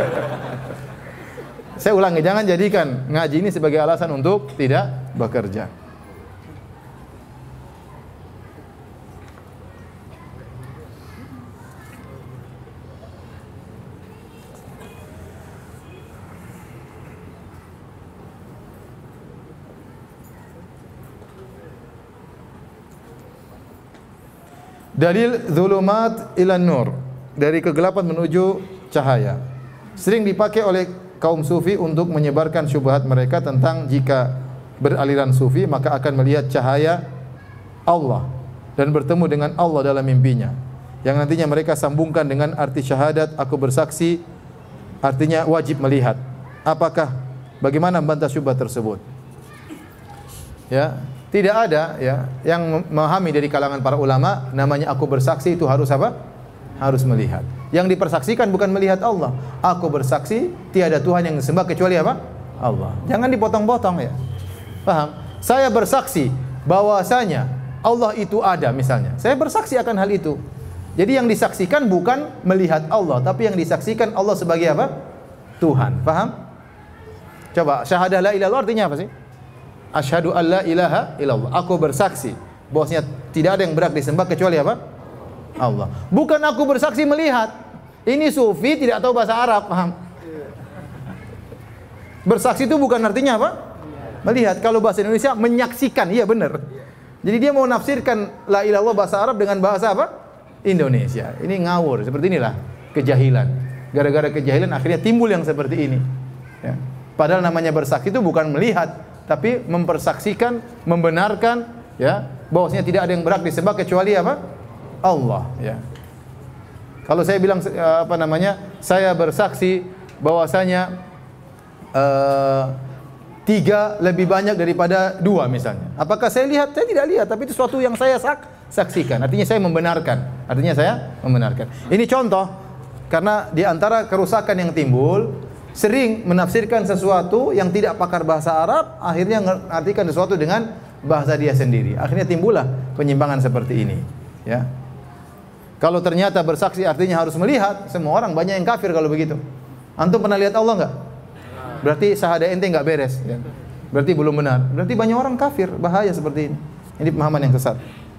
Saya ulangi, jangan jadikan ngaji ini sebagai alasan untuk tidak bekerja. Dalil zulumat ilan nur, dari kegelapan menuju cahaya. Sering dipakai oleh kaum sufi untuk menyebarkan syubhat mereka tentang jika beraliran sufi maka akan melihat cahaya Allah dan bertemu dengan Allah dalam mimpinya. Yang nantinya mereka sambungkan dengan arti syahadat, aku bersaksi, artinya wajib melihat. Apakah bagaimana membantah syubhat tersebut? Ya, tidak ada ya yang memahami dari kalangan para ulama namanya aku bersaksi itu harus apa? Harus melihat. Yang dipersaksikan bukan melihat Allah. Aku bersaksi tiada Tuhan yang disembah kecuali apa? Allah. Jangan dipotong-potong ya. Paham? Saya bersaksi bahwasanya Allah itu ada misalnya. Saya bersaksi akan hal itu. Jadi yang disaksikan bukan melihat Allah, tapi yang disaksikan Allah sebagai apa? Tuhan. Paham? Coba syahadah la ilaha illallah artinya apa sih? Asyhadu an la ilaha illallah. Aku bersaksi bahwasanya tidak ada yang berhak disembah kecuali apa? Allah. Bukan aku bersaksi melihat. Ini sufi tidak tahu bahasa Arab, paham? Bersaksi itu bukan artinya apa? Melihat. Kalau bahasa Indonesia menyaksikan, iya benar. Jadi dia mau nafsirkan la ilaha illallah bahasa Arab dengan bahasa apa? Indonesia. Ini ngawur. Seperti inilah kejahilan. Gara-gara kejahilan akhirnya timbul yang seperti ini. Ya. Padahal namanya bersaksi itu bukan melihat, tapi mempersaksikan, membenarkan, ya, bahwasanya tidak ada yang berhak disembah kecuali apa? Allah, ya. Kalau saya bilang apa namanya? Saya bersaksi bahwasanya uh, tiga lebih banyak daripada dua misalnya. Apakah saya lihat? Saya tidak lihat, tapi itu sesuatu yang saya sak saksikan. Artinya saya membenarkan. Artinya saya membenarkan. Ini contoh karena di antara kerusakan yang timbul sering menafsirkan sesuatu yang tidak pakar bahasa Arab, akhirnya mengartikan sesuatu dengan bahasa dia sendiri. Akhirnya timbullah penyimpangan seperti ini, ya. Kalau ternyata bersaksi artinya harus melihat, semua orang banyak yang kafir kalau begitu. Antum pernah lihat Allah enggak? Berarti syahadah ente enggak beres, ya. Berarti belum benar. Berarti banyak orang kafir, bahaya seperti ini. Ini pemahaman yang sesat.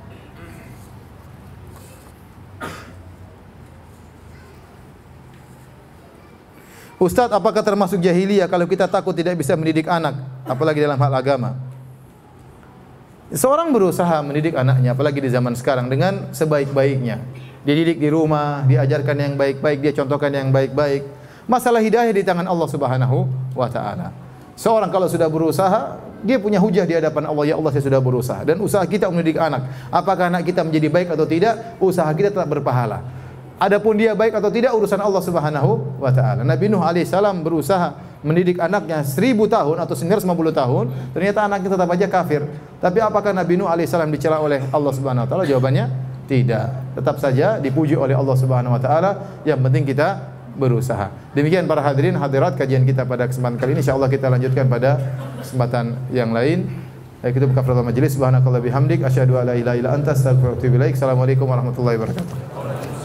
Ustaz, apakah termasuk jahiliyah kalau kita takut tidak bisa mendidik anak, apalagi dalam hal agama? Seorang berusaha mendidik anaknya, apalagi di zaman sekarang, dengan sebaik-baiknya. Dididik di rumah, diajarkan yang baik-baik, dia contohkan yang baik-baik. Masalah hidayah di tangan Allah Subhanahu wa taala. Seorang kalau sudah berusaha, dia punya hujah di hadapan Allah, ya Allah saya sudah berusaha. Dan usaha kita mendidik anak, apakah anak kita menjadi baik atau tidak, usaha kita tetap berpahala. Adapun dia baik atau tidak urusan Allah Subhanahu wa taala. Nabi Nuh alaihissalam berusaha mendidik anaknya seribu tahun atau sembilan ratus lima puluh tahun, ternyata anaknya tetap aja kafir. Tapi apakah Nabi Nuh alaihissalam dicela oleh Allah Subhanahu wa taala? Jawabannya tidak. Tetap saja dipuji oleh Allah Subhanahu wa taala. Yang penting kita berusaha. Demikian para hadirin hadirat kajian kita pada kesempatan kali ini. Insyaallah kita lanjutkan pada kesempatan yang lain. Kita buka kafaratul majelis. Subhanakallah bihamdik asyhadu an la ilaha illa anta astaghfiruka wa atubu ilaik. Assalamualaikum warahmatullahi wabarakatuh.